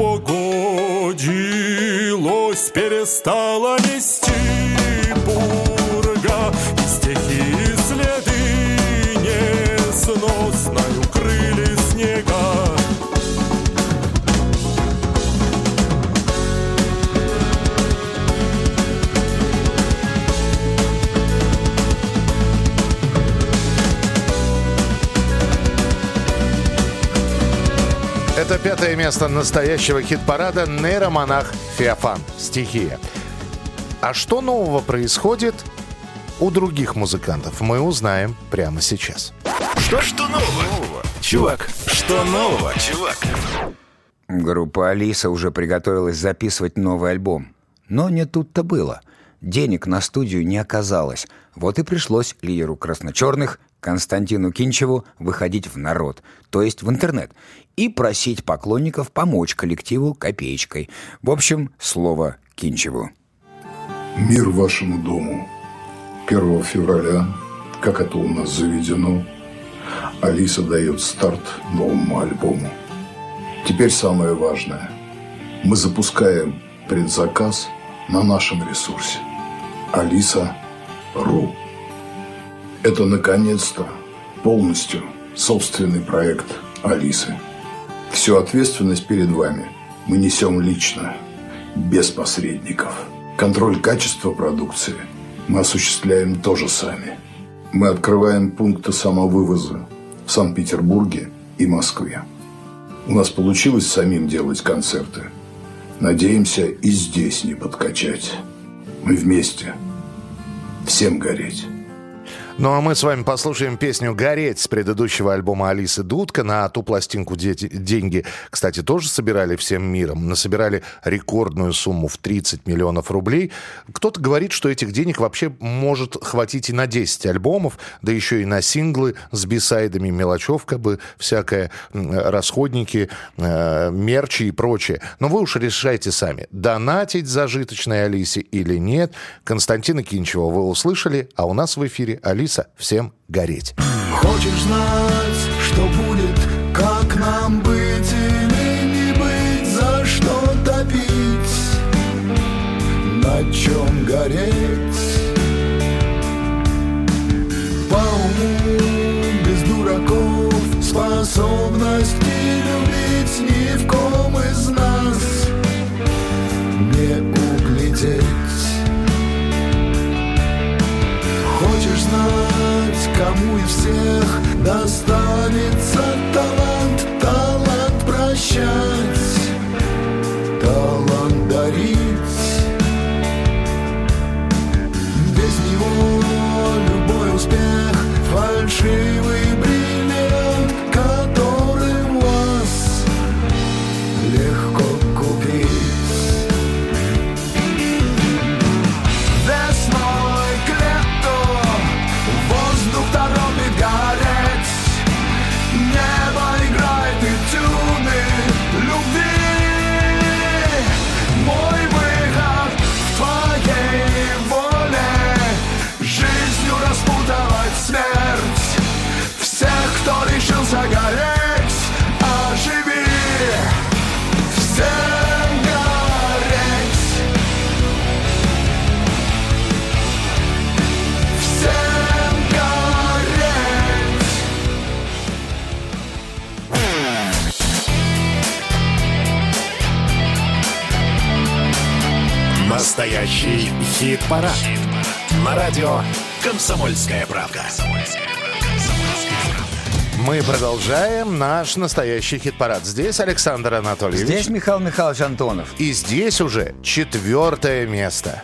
распогодилось, перестала нести пурга, и стихии следы несносною крыли снега. Это 5-е место настоящего хит-парада «Нейромонах Феофан. Стихия». А что нового происходит у других музыкантов, мы узнаем прямо сейчас. Что нового? Чувак, что нового, чувак? Группа «Алиса» уже приготовилась записывать новый альбом. Но не тут-то было. Денег на студию не оказалось. Вот и пришлось лидеру красно-черных Константину Кинчеву выходить в народ, то есть в интернет, и просить поклонников помочь коллективу копеечкой. В общем, слово Кинчеву. Мир вашему дому. 1 февраля, как это у нас заведено, Алиса дает старт новому альбому. Теперь самое важное. Мы запускаем предзаказ на нашем ресурсе Alisa.ru. Это, наконец-то, полностью собственный проект Алисы. Всю ответственность перед вами мы несем лично, без посредников. Контроль качества продукции мы осуществляем тоже сами. Мы открываем пункты самовывоза в Санкт-Петербурге и Москве. У нас получилось самим делать концерты. Надеемся и здесь не подкачать. Мы вместе. Всем гореть. Ну а мы с вами послушаем песню «Гореть» с предыдущего альбома Алисы Дудко. На ту пластинку деньги, кстати, тоже собирали всем миром. Насобирали рекордную сумму в 30 миллионов рублей. Кто-то говорит, что этих денег вообще может хватить и на 10 альбомов, да еще и на синглы с бисайдами, мелочевка бы всякая, расходники, мерчи и прочее. Но вы уж решайте сами, донатить зажиточной Алисе или нет. Константина Кинчева вы услышали, а у нас в эфире Алиса. Всем гореть. Хочешь знать, что будет, как нам быть или не быть, за что топить, на чем гореть? По уму, без дураков, способности любить ни в ком из нас не углядеть. Хочешь знать, кому из всех достанется талант, талант прощать, талант дарить. Без него любой успех — фальшивый бриллиант, который вас легко купить. Весной к лету воздух торопит гореть, небо Настоящий хит-парад. На радио «Комсомольская правда». Мы продолжаем наш настоящий хит-парад. Здесь Александр Анатольевич. Здесь Михаил Михайлович Антонов. И здесь уже 4-е место.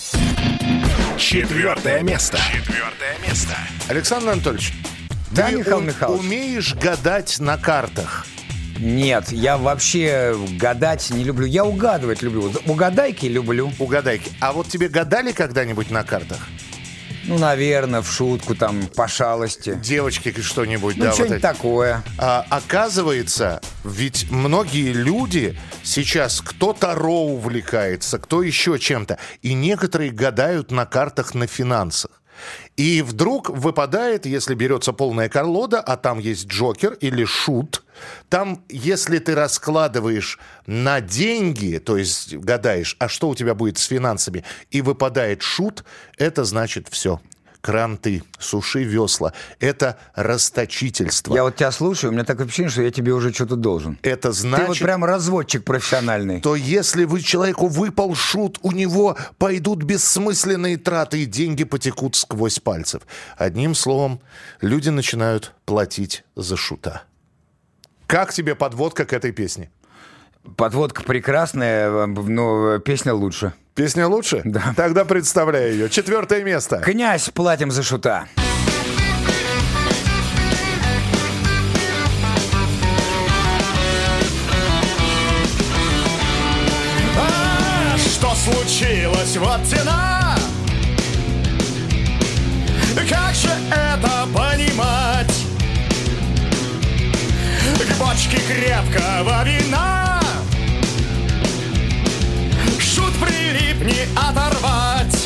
4-е место. Александр Анатольевич, да, ты Михаил Михайлович, умеешь гадать на картах? Нет, я вообще гадать не люблю. Я угадывать люблю. Угадайки люблю. Угадайки. А вот тебе гадали когда-нибудь на картах? Ну, наверное, в шутку, там, по шалости. Девочки что-нибудь, ну, да? что-нибудь вот такое. Оказывается, ведь многие люди сейчас, кто Таро увлекается, кто еще чем-то, и некоторые гадают на картах на финансах. И вдруг выпадает, если берется полная колода, а там есть джокер или шут, там, если ты раскладываешь на деньги, то есть гадаешь, а что у тебя будет с финансами, и выпадает шут, это значит все. Кранты, суши весла. Это расточительство. Я вот тебя слушаю, у меня такое впечатление, что я тебе уже что-то должен. Это значит... Ты вот прям разводчик профессиональный. То если человеку выпал шут, у него пойдут бессмысленные траты, и деньги потекут сквозь пальцев. Одним словом, люди начинают платить за шута. Как тебе подводка к этой песне? Подводка прекрасная, но песня лучше. Песня лучше? Да. Тогда представляю ее. 4-е место. «Князь, платим за шута». Что случилось? Вот тена. Как же это понимать? К бочке крепкого вина шут прилип, не оторвать.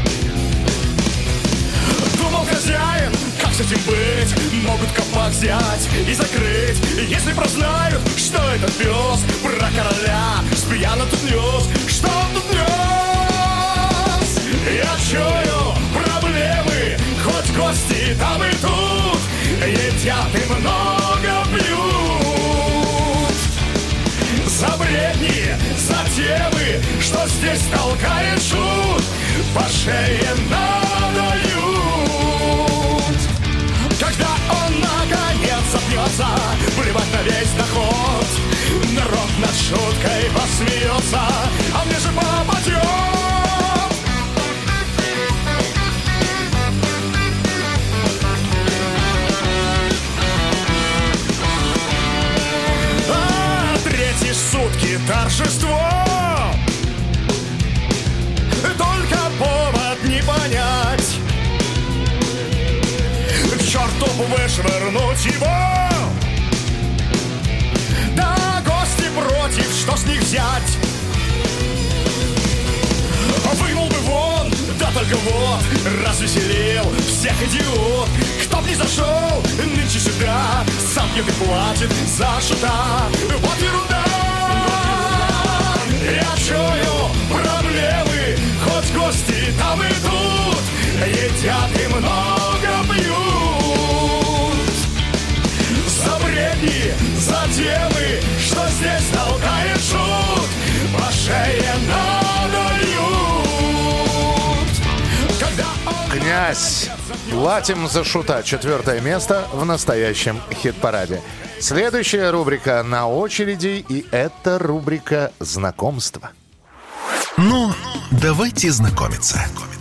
Думал хозяин, как с этим быть? Могут кабак взять и закрыть, если прознают, что этот пес про короля спьяно тут нес. Что он тут нес? Я чую проблемы, хоть гости там и тут едят и много пьют. За бредни, за темы, что здесь толкает шут, по шее надают. Когда он наконец запнется, плевать на весь доход, народ над шуткой посмеется, а мне же попадет. Третьи сутки торжество, только повод не понять. К черту вышвырнуть его, да гости против, что с них взять? Вынул бы вон, да только вот развеселил всех идиот. Кто б ни зашел нынче сюда, сам пьет и платит за шута. Вот ерунда. Я чую проблемы, хоть гости там и тут едят и много пьют. За бредни, за темы, что здесь толкает шут, по шее надают. «Князь, платим за шута». 4-е место в настоящем хит-параде. Следующая рубрика на очереди, и это рубрика «Знакомство». Ну, давайте знакомиться.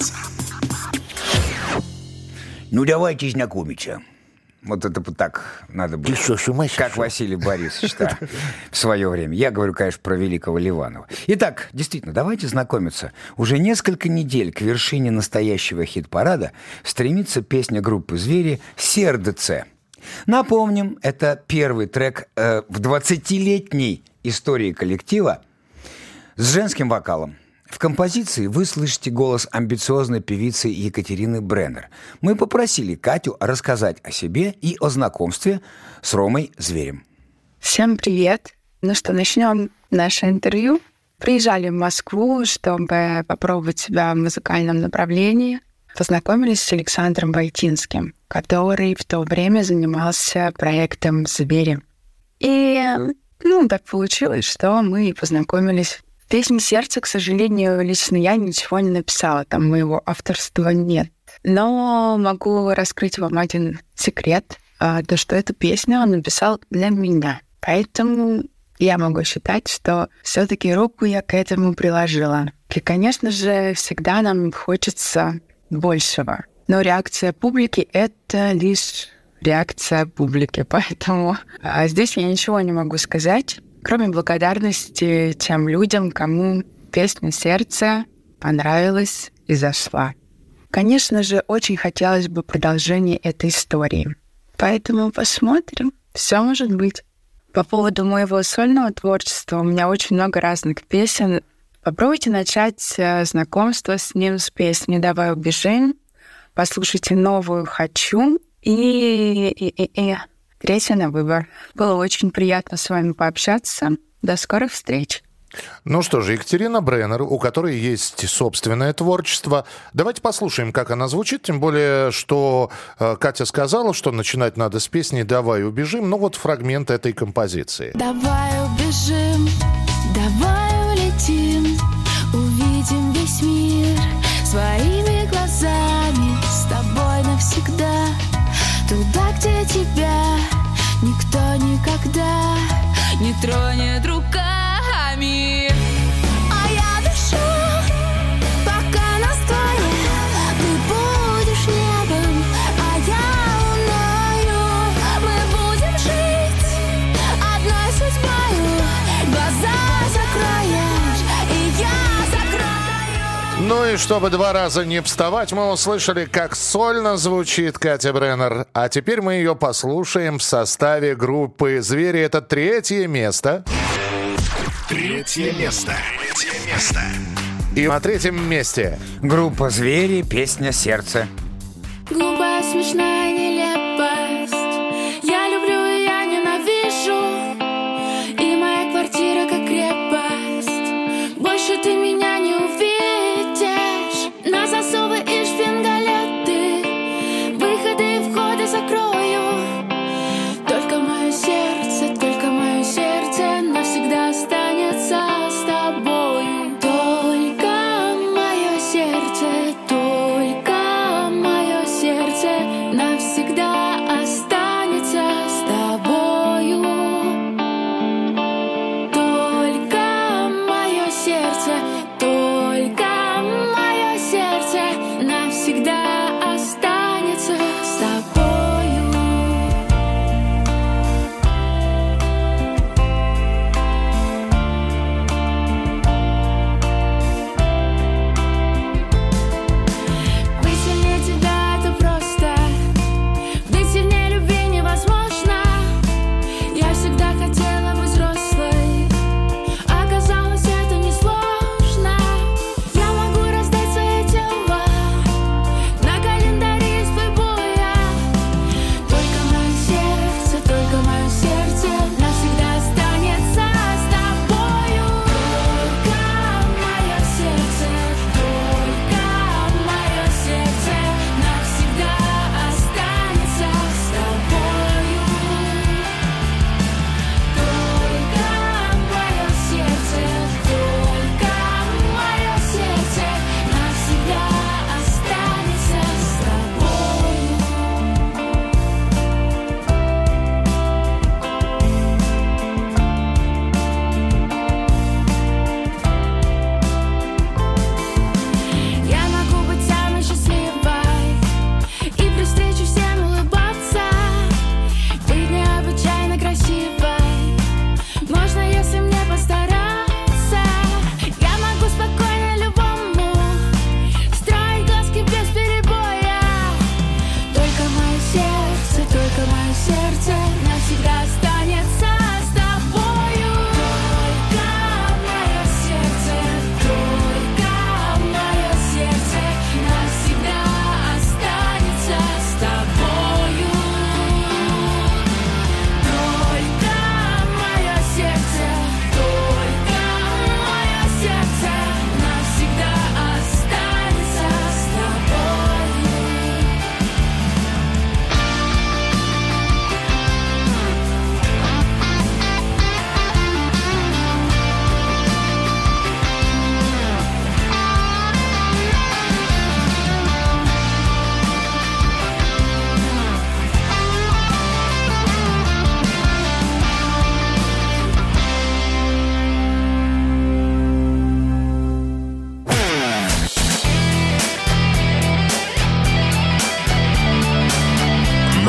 Ну, давайте знакомиться. Вот это вот так надо было. Ты что, с ума сошел? Как Василий Борисович, да, в свое время. Я говорю, конечно, про великого Ливанова. Итак, действительно, давайте знакомиться. Уже несколько недель к вершине настоящего хит-парада стремится песня группы «Звери» «Сердце». Напомним, это первый трек в 20-летней истории коллектива с женским вокалом. В композиции вы слышите голос амбициозной певицы Екатерины Бреннер. Мы попросили Катю рассказать о себе и о знакомстве с Ромой Зверем. Всем привет! Ну что, начнем наше интервью. Приезжали в Москву, чтобы попробовать себя в музыкальном направлении. Познакомились с Александром Войтинским, который в то время занимался проектом «Звери». И так получилось, что мы познакомились Песнь «Сердце», к сожалению, лично я ничего не написала, там моего авторства нет. Но могу раскрыть вам один секрет, то, что эту песню он написал для меня. Поэтому я могу считать, что все-таки руку я к этому приложила. И, конечно же, всегда нам хочется большего. Но реакция публики — это лишь реакция публики. Поэтому здесь я ничего не могу сказать, кроме благодарности тем людям, кому песня «Сердце» понравилась и зашла. Конечно же, очень хотелось бы продолжения этой истории. Поэтому посмотрим. Все может быть. По поводу моего сольного творчества у меня очень много разных песен. Попробуйте начать знакомство с ним с песни «Давай убежим». Послушайте новую «Хочу». И третья на выбор. Было очень приятно с вами пообщаться. До скорых встреч. Ну что же, Екатерина Бреннер, у которой есть собственное творчество. Давайте послушаем, как она звучит. Тем более, что Катя сказала, что начинать надо с песни «Давай убежим». Ну вот фрагмент этой композиции. Давай убежим, давай улетим, увидим весь мир своими глазами, с тобой навсегда. Туда, где тебя никто никогда не тронет руками. А я дышу, пока нас двое. Ты будешь небом, а я луною. Мы будем жить одной судьбою. Глаза закроешь, и я закрою. Ну и чтобы два раза не вставать, мы услышали, как сольно звучит Катя Бреннер. А теперь мы ее послушаем в составе группы «Звери». Это третье место. Третье место. Третье место. И на третьем месте группа «Звери», песня «Сердце». Глупая, смешная нелепость. Я люблю и я ненавижу. И моя квартира как крепость. Больше ты меня не увидишь. На засовы и шпингалеты. Выходы и входы закрою. Только мое сердце навсегда останется с тобою. Только мое сердце навсегда останется с тобою. Только мое сердце навсегда останется с тобою. Быть сильнее тебя — это просто. Быть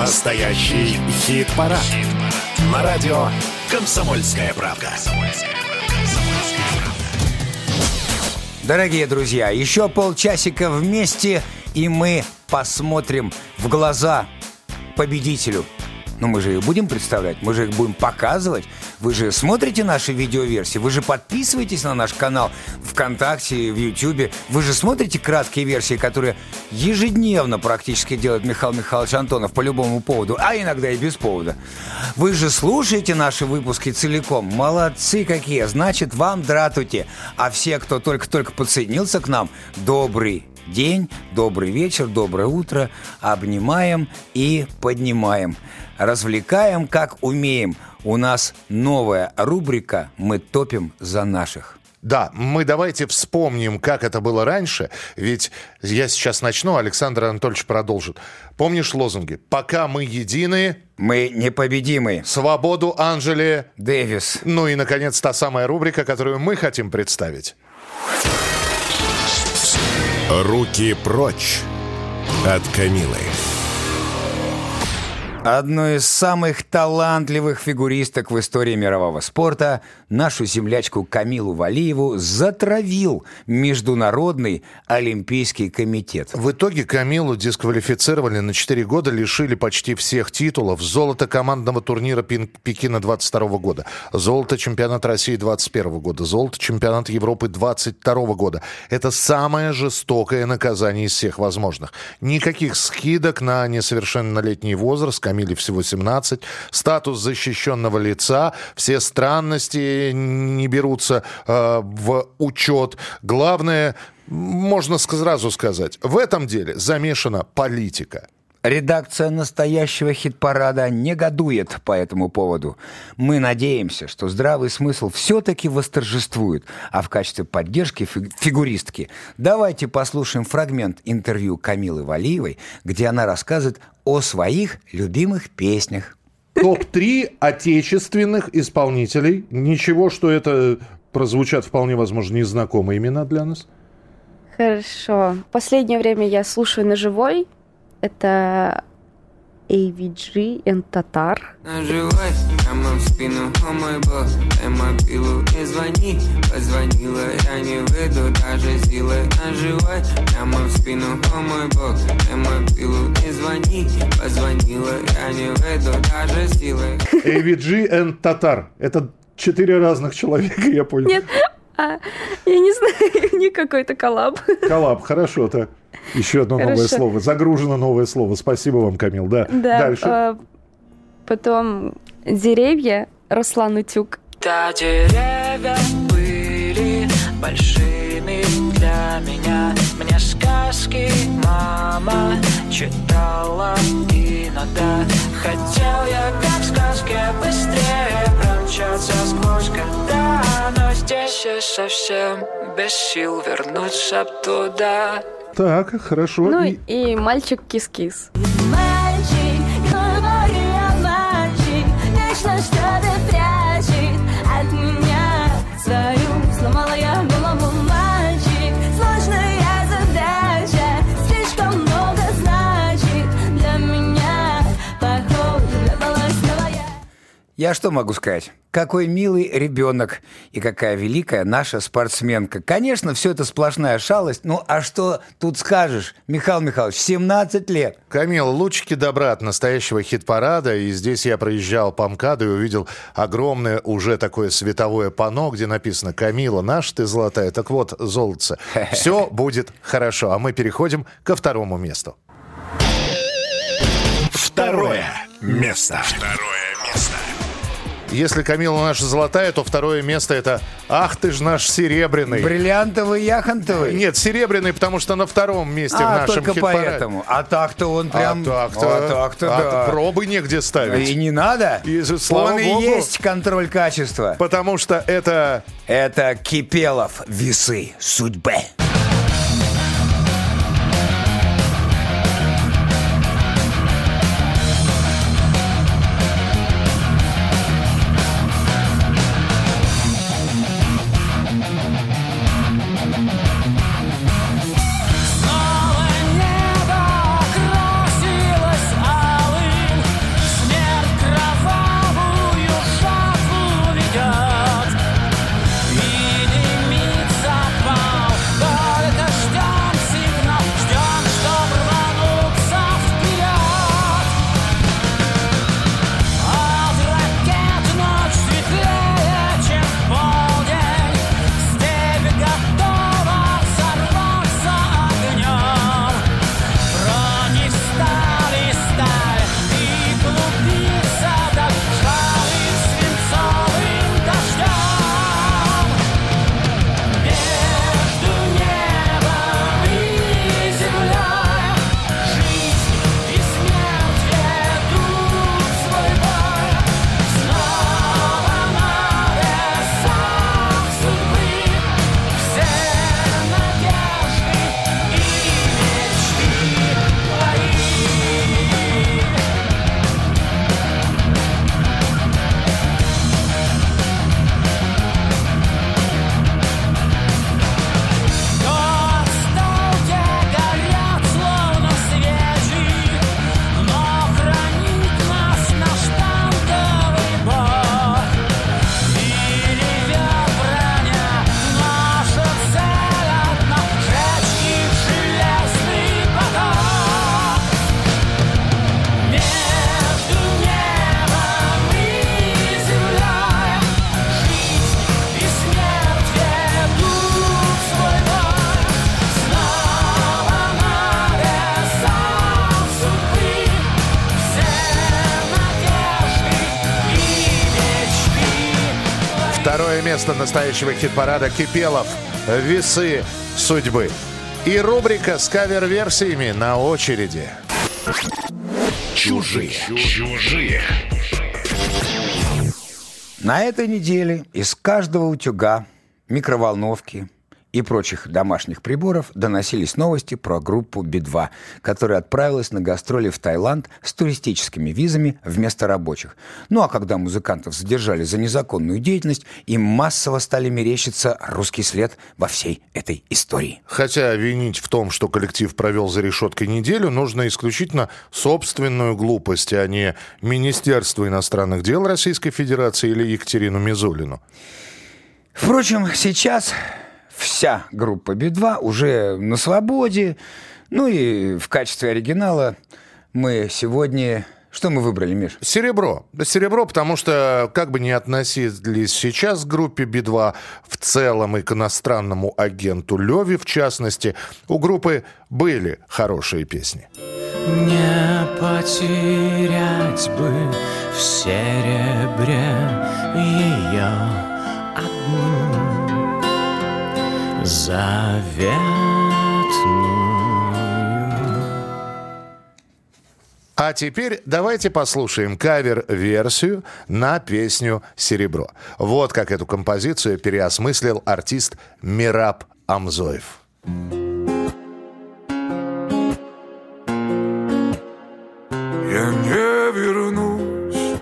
Настоящий хит-парад. На радио «Комсомольская правда». Дорогие друзья, еще полчасика вместе, и мы посмотрим в глаза победителю. Но мы же их будем представлять, мы же их будем показывать. Вы же смотрите наши видеоверсии, вы же подписываетесь на наш канал ВКонтакте, в Ютьюбе. Вы же смотрите краткие версии, которые ежедневно практически делает Михаил Михайлович Антонов по любому поводу, а иногда и без повода. Вы же слушаете наши выпуски целиком. Молодцы какие, значит, вам дратути. А все, кто только-только подсоединился к нам, добрый день, добрый вечер, доброе утро. Обнимаем и поднимаем. Развлекаем, как умеем. У нас новая рубрика «Мы топим за наших». Да, мы давайте вспомним, как это было раньше. Ведь я сейчас начну, Александр Анатольевич продолжит. Помнишь лозунги? «Пока мы единые, мы непобедимые». «Свободу Анджели Дэвис». Ну и, наконец, та самая рубрика, которую мы хотим представить. «Руки прочь от Камилы». Одну из самых талантливых фигуристок в истории мирового спорта, нашу землячку Камилу Валиеву, затравил Международный олимпийский комитет. В итоге Камилу дисквалифицировали на 4 года, лишили почти всех титулов. Золото командного турнира Пекина 22 года, золото чемпионата России 21 года, золото чемпионата Европы 22 года. Это самое жестокое наказание из всех возможных. Никаких скидок на несовершеннолетний возраст, Камиле всего 17, статус защищенного лица, все странности не берутся в учет. Главное, можно сразу сказать, в этом деле замешана политика. Редакция настоящего хит-парада негодует по этому поводу. Мы надеемся, что здравый смысл все-таки восторжествует, а в качестве поддержки фигуристки давайте послушаем фрагмент интервью Камилы Валиевой, где она рассказывает о своих любимых песнях. Топ-3 отечественных исполнителей. Ничего, что это прозвучат вполне возможно незнакомые имена для нас. Хорошо. В последнее время я слушаю на живой. Это AVG and Tatar. Наживай прямо в спину, о мой бог, дай мобилу и звони. Позвонила, я не выйду даже силой. Наживай прямо в спину, о мой бог, дай мобилу и звони. Позвонила, я не выйду даже силой. AVG and Tatar. Это 4 разных человека, я понял. Нет, я не знаю, не какой-то коллаб. Коллаб, хорошо, так. Еще одно новое слово. Загружено новое слово. Спасибо вам, Камил. Да. Дальше. Потом деревья, Руслан Утюг. Да, деревья были большими для меня. Мне сказки мама читала иногда. Хотел я, как в сказке, быстрее промчаться сквозь года. Но здесь я совсем без сил вернуться туда. Так, хорошо. Ну и мальчик кис-кис. Мальчик, говори, мальчик, вечно что-то прячет от меня. Свою сломала я голову, мальчик. Сложная задача, слишком много значит для меня. Похоже, влюбилась новая. Я что могу сказать? Какой милый ребенок и какая великая наша спортсменка. Конечно, все это сплошная шалость. Ну, а что тут скажешь, Михаил Михайлович, 17 лет. Камил, лучики добра от настоящего хит-парада. И здесь я проезжал по МКАДу и увидел огромное уже такое световое панно, где написано: «Камила, наша ты золотая». Так вот, золотце, все будет хорошо. А мы переходим ко второму месту. Второе место. Если Камила наша золотая, то второе место это «Ах ты ж наш серебряный». Бриллиантовый, яхонтовый? Нет, серебряный, потому что на втором месте в нашем только хит-параде. поэтому. А так-то он прям... так-то, да. Пробы негде ставить. И не надо. И, слава он богу, и есть контроль качества. Потому что это... Это Кипелов «Весы судьбы». Снова небо красилось алым. Второе место настоящего хит-парада «Кипелов. Весы судьбы». И рубрика с кавер-версиями на очереди. Чужие. На этой неделе из каждого утюга, микроволновки и прочих домашних приборов доносились новости про группу Би-2, которая отправилась на гастроли в Таиланд с туристическими визами вместо рабочих. Ну а когда музыкантов задержали за незаконную деятельность, им массово стали мерещиться русский след во всей этой истории. Хотя винить в том, что коллектив провел за решеткой неделю, нужно исключительно собственную глупость, а не Министерство иностранных дел Российской Федерации или Екатерину Мизулину. Впрочем, сейчас вся группа Би-2 уже на свободе. Ну и в качестве оригинала мы сегодня... Что мы выбрали, Миш? Серебро. Серебро, потому что, как бы ни относились сейчас к группе Би-2, в целом и к иностранному агенту Леве, в частности, у группы были хорошие песни. Не потерять бы в серебре ее одну заветную. А теперь давайте послушаем кавер-версию на песню «Серебро». Вот как эту композицию переосмыслил артист Мераб Амзоев. Я не вернусь,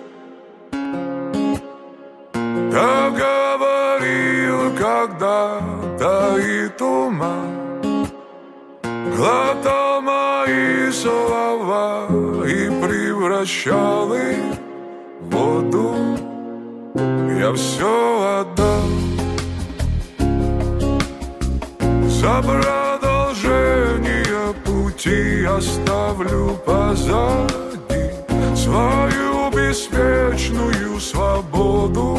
так говорил когда-то и туман, глотал мои слова и превращал их в воду. Я все отдал за продолжение пути, оставлю позади свою беспечную свободу.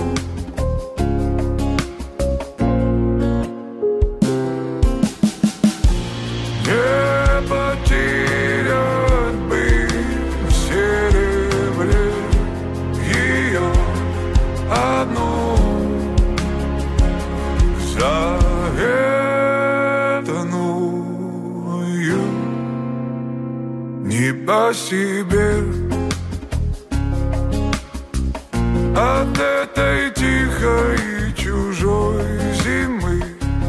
Не потерять бы в серебре ее одну заветную. Не по себе от этой тихой и чужой зимы,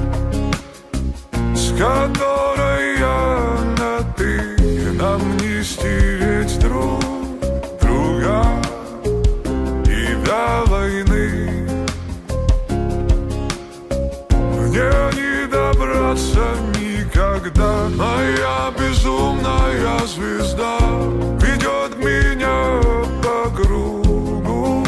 с которой я на ты, нам не стереть друг друга и до войны. Мне не добраться никогда, моя безумная звезда ведет меня по кругу.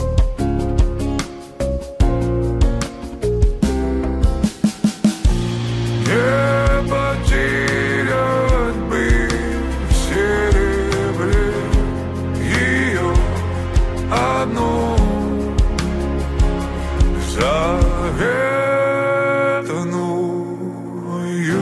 Не потерять бы в серебре ее одну заветную.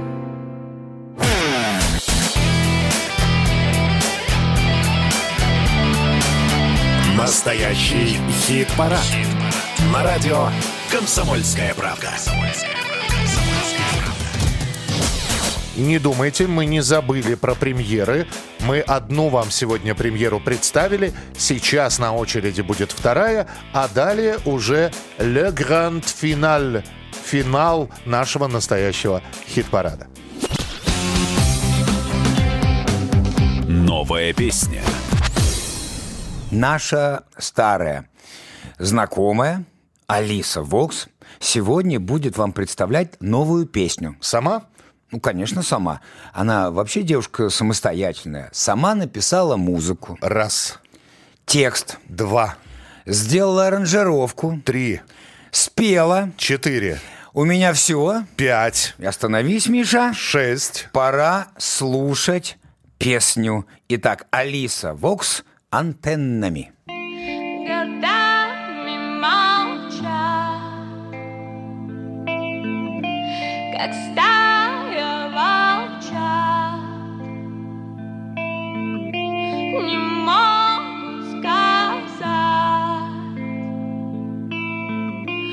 Настоящий хит-парад. На радио «Комсомольская правда». Не думайте, мы не забыли про премьеры. Мы одну вам сегодня премьеру представили. Сейчас на очереди будет вторая, а далее уже Le Grand Final. Финал нашего настоящего хит-парада. Новая песня. Наша старая знакомая Алиса Вокс сегодня будет вам представлять новую песню. Сама? Ну, конечно, сама. Она вообще девушка самостоятельная. Сама написала музыку. Раз. Текст. Два. Сделала аранжировку. Три. Спела. 4. У меня все. 5. Остановись, Миша. 6. Пора слушать песню. Итак, Алиса Вокс «Антеннами». Годами молчат, как стая волчат, не могут сказать,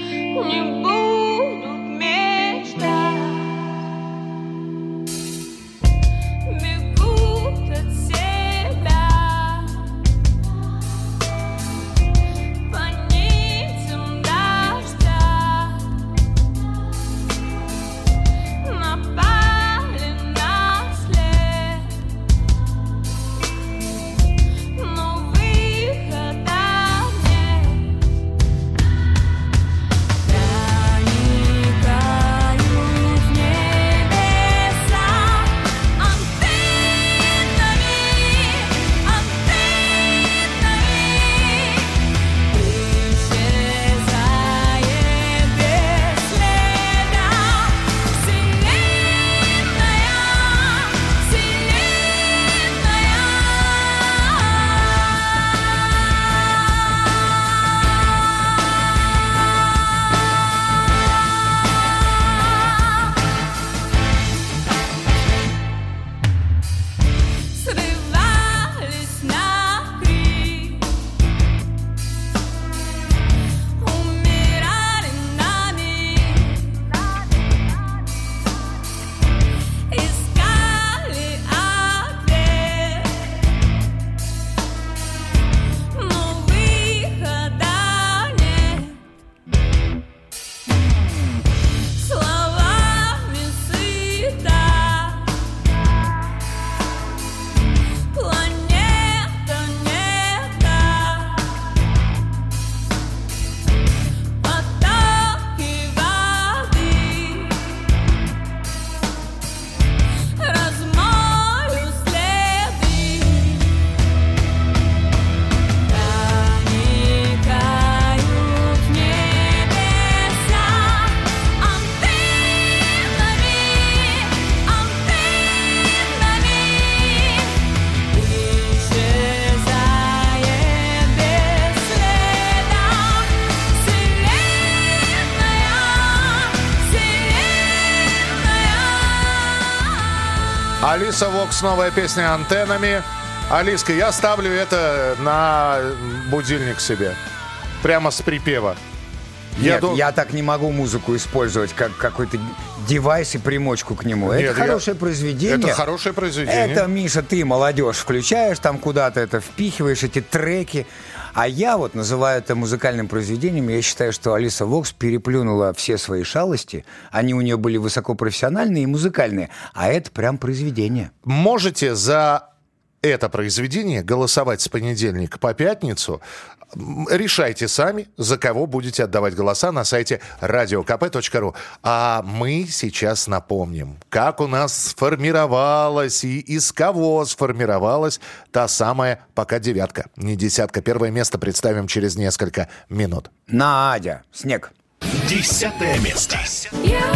Алиса Вокс, новая песня «Антеннами». Алиска, я ставлю это на будильник себе. Прямо с припева. Нет, я так не могу музыку использовать как какой-то девайс и примочку к нему. Нет, это хорошее произведение. Это хорошее произведение. Это, Миша, ты, молодежь, включаешь, там куда-то это впихиваешь, эти треки. А я вот называю это музыкальным произведением. Я считаю, что Алиса Вокс переплюнула все свои шалости. Они у нее были высокопрофессиональные и музыкальные. А это прям произведение. Можете за это произведение голосовать с понедельника по пятницу. Решайте сами, за кого будете отдавать голоса на сайте radiokp.ru. А мы сейчас напомним, как у нас сформировалась и из кого сформировалась та самая пока девятка, не десятка. Первое место представим через несколько минут. Надя, «Снег». 10-е место. Я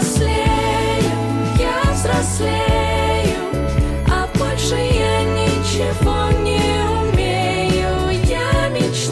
взрослею, а больше я ничего не умею. Я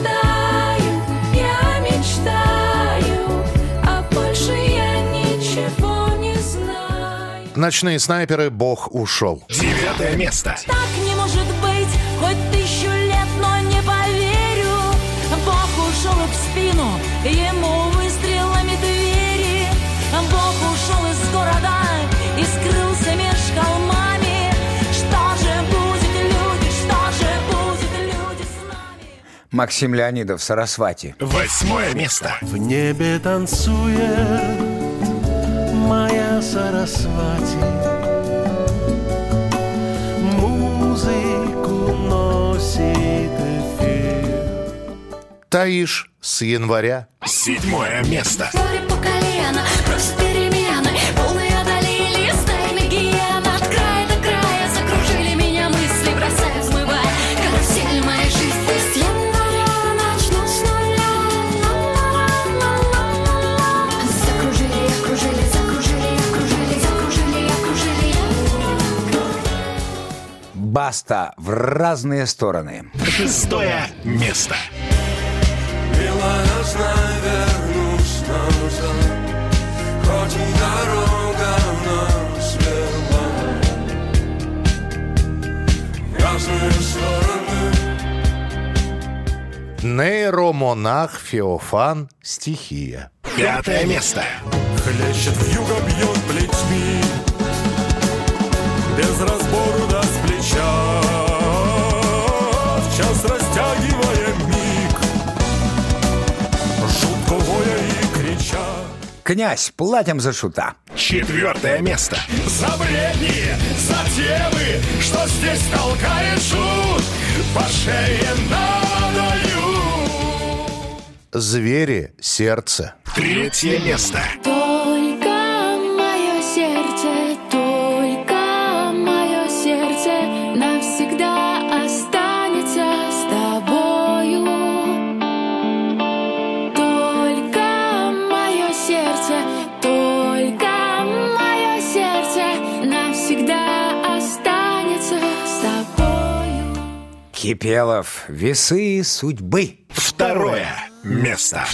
мечтаю, а больше я ничего не знаю. Ночные снайперы, «Бог ушел». 9-е место. Так не может быть, хоть 1000 лет, но не поверю. Бог ушел в спину, ему выстрелами двери. Бог ушел из города и скрылся меж холмами. Что же будет, люди с нами? Максим Леонидов, «Сарасвати». 8-е место. В небе танцует моя Сарасвати, музыку носит эфир. Таиш, «С января». 7-е место. Море по колено, просто перемены, полные одолели стаями гиен. От края до края закружили меня мысли, бросая, взмывая карусель моей жизни. С января начну с нуля. Закружили. Баста, «В разные стороны». 6-е место. Милая, знай, вернусь назад, хоть и дорога нас вела в разные стороны. Нейромонах, Феофан, «Стихия». 5-е место. Хлещет вьюга, бьет плетьми, без разбору да с плеча, в час растягивая миг, жутко воя и крича. «Князь, платим за шута». 4-е место. За бредни, за темы, что здесь толкает шут, по шее надаю. «Звери, сердце». 3-е место. Только мое сердце навсегда останется с тобою. Только мое сердце навсегда останется с тобою. Кипелов, «Весы судьбы». 2-е место.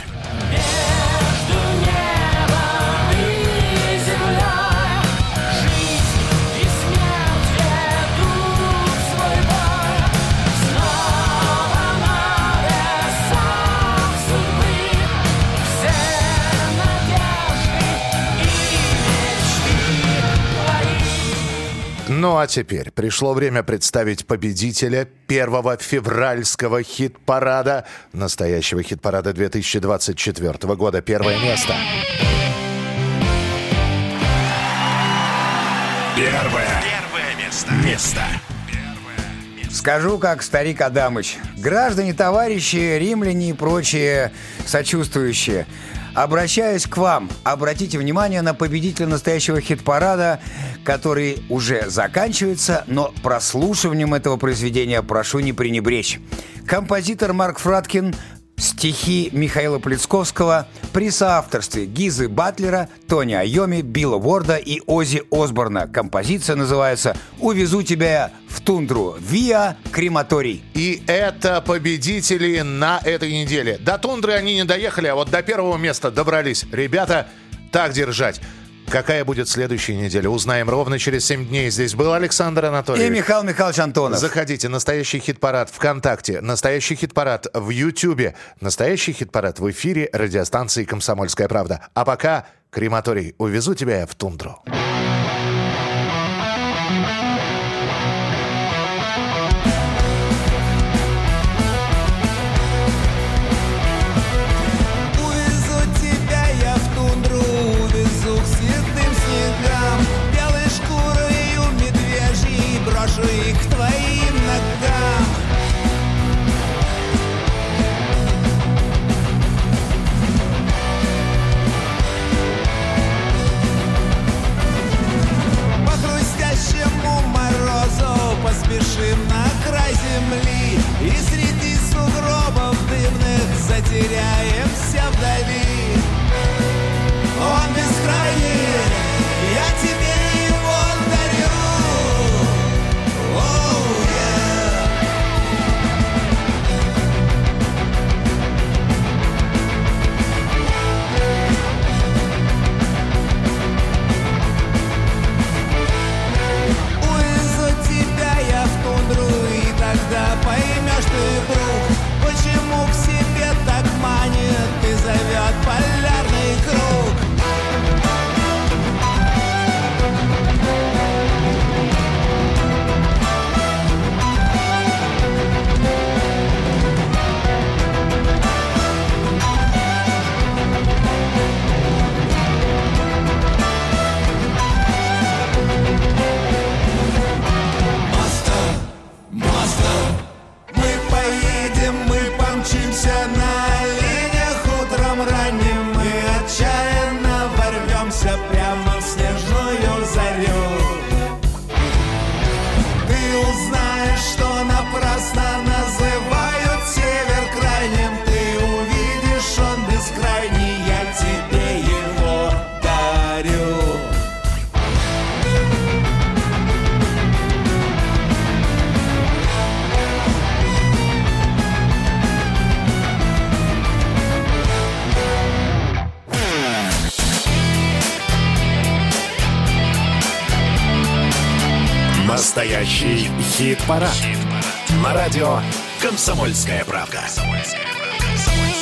Ну а теперь пришло время представить победителя первого февральского хит-парада, настоящего хит-парада 2024 года. Первое место. Первое место. Скажу, как старик Адамыч. Граждане, товарищи, римляне и прочие сочувствующие, обращаюсь к вам. Обратите внимание на победителя настоящего хит-парада, который уже заканчивается, но прослушиванием этого произведения прошу не пренебречь. Композитор Марк Фраткин, стихи Михаила Плецковского при соавторстве Гизы Батлера, Тони Айоми, Билла Уорда и Оззи Осборна. Композиция называется «Увезу тебя в тундру» Виа Крематорий. И это победители на этой неделе. До тундры они не доехали, а вот до первого места добрались. Ребята, так держать. Какая будет следующая неделя? Узнаем ровно через 7 дней. Здесь был Александр Анатольевич. И Михаил Михайлович Антонов. Заходите. Настоящий хит-парад ВКонтакте. Настоящий хит-парад в Ютьюбе. Настоящий хит-парад в эфире радиостанции «Комсомольская правда». А пока крематорий. Увезу тебя в тундру. Их к твоим ногам. По хрустящему морозу поспешим на край земли, и среди сугробов дымных затеряемся вдали. Он бескрайний, я тебе его дарю. Поймешь ты вдруг, почему к себе так манит и зовет полярный круг. На оленях утром ранним мы отчаянно ворвемся прямо в снежную зарю. Ты узнаешь, что напрасно называют север крайним. Ты увидишь, он бескрайний, я тебе его дарю. Настоящий хит-парад. На радио «Комсомольская правда».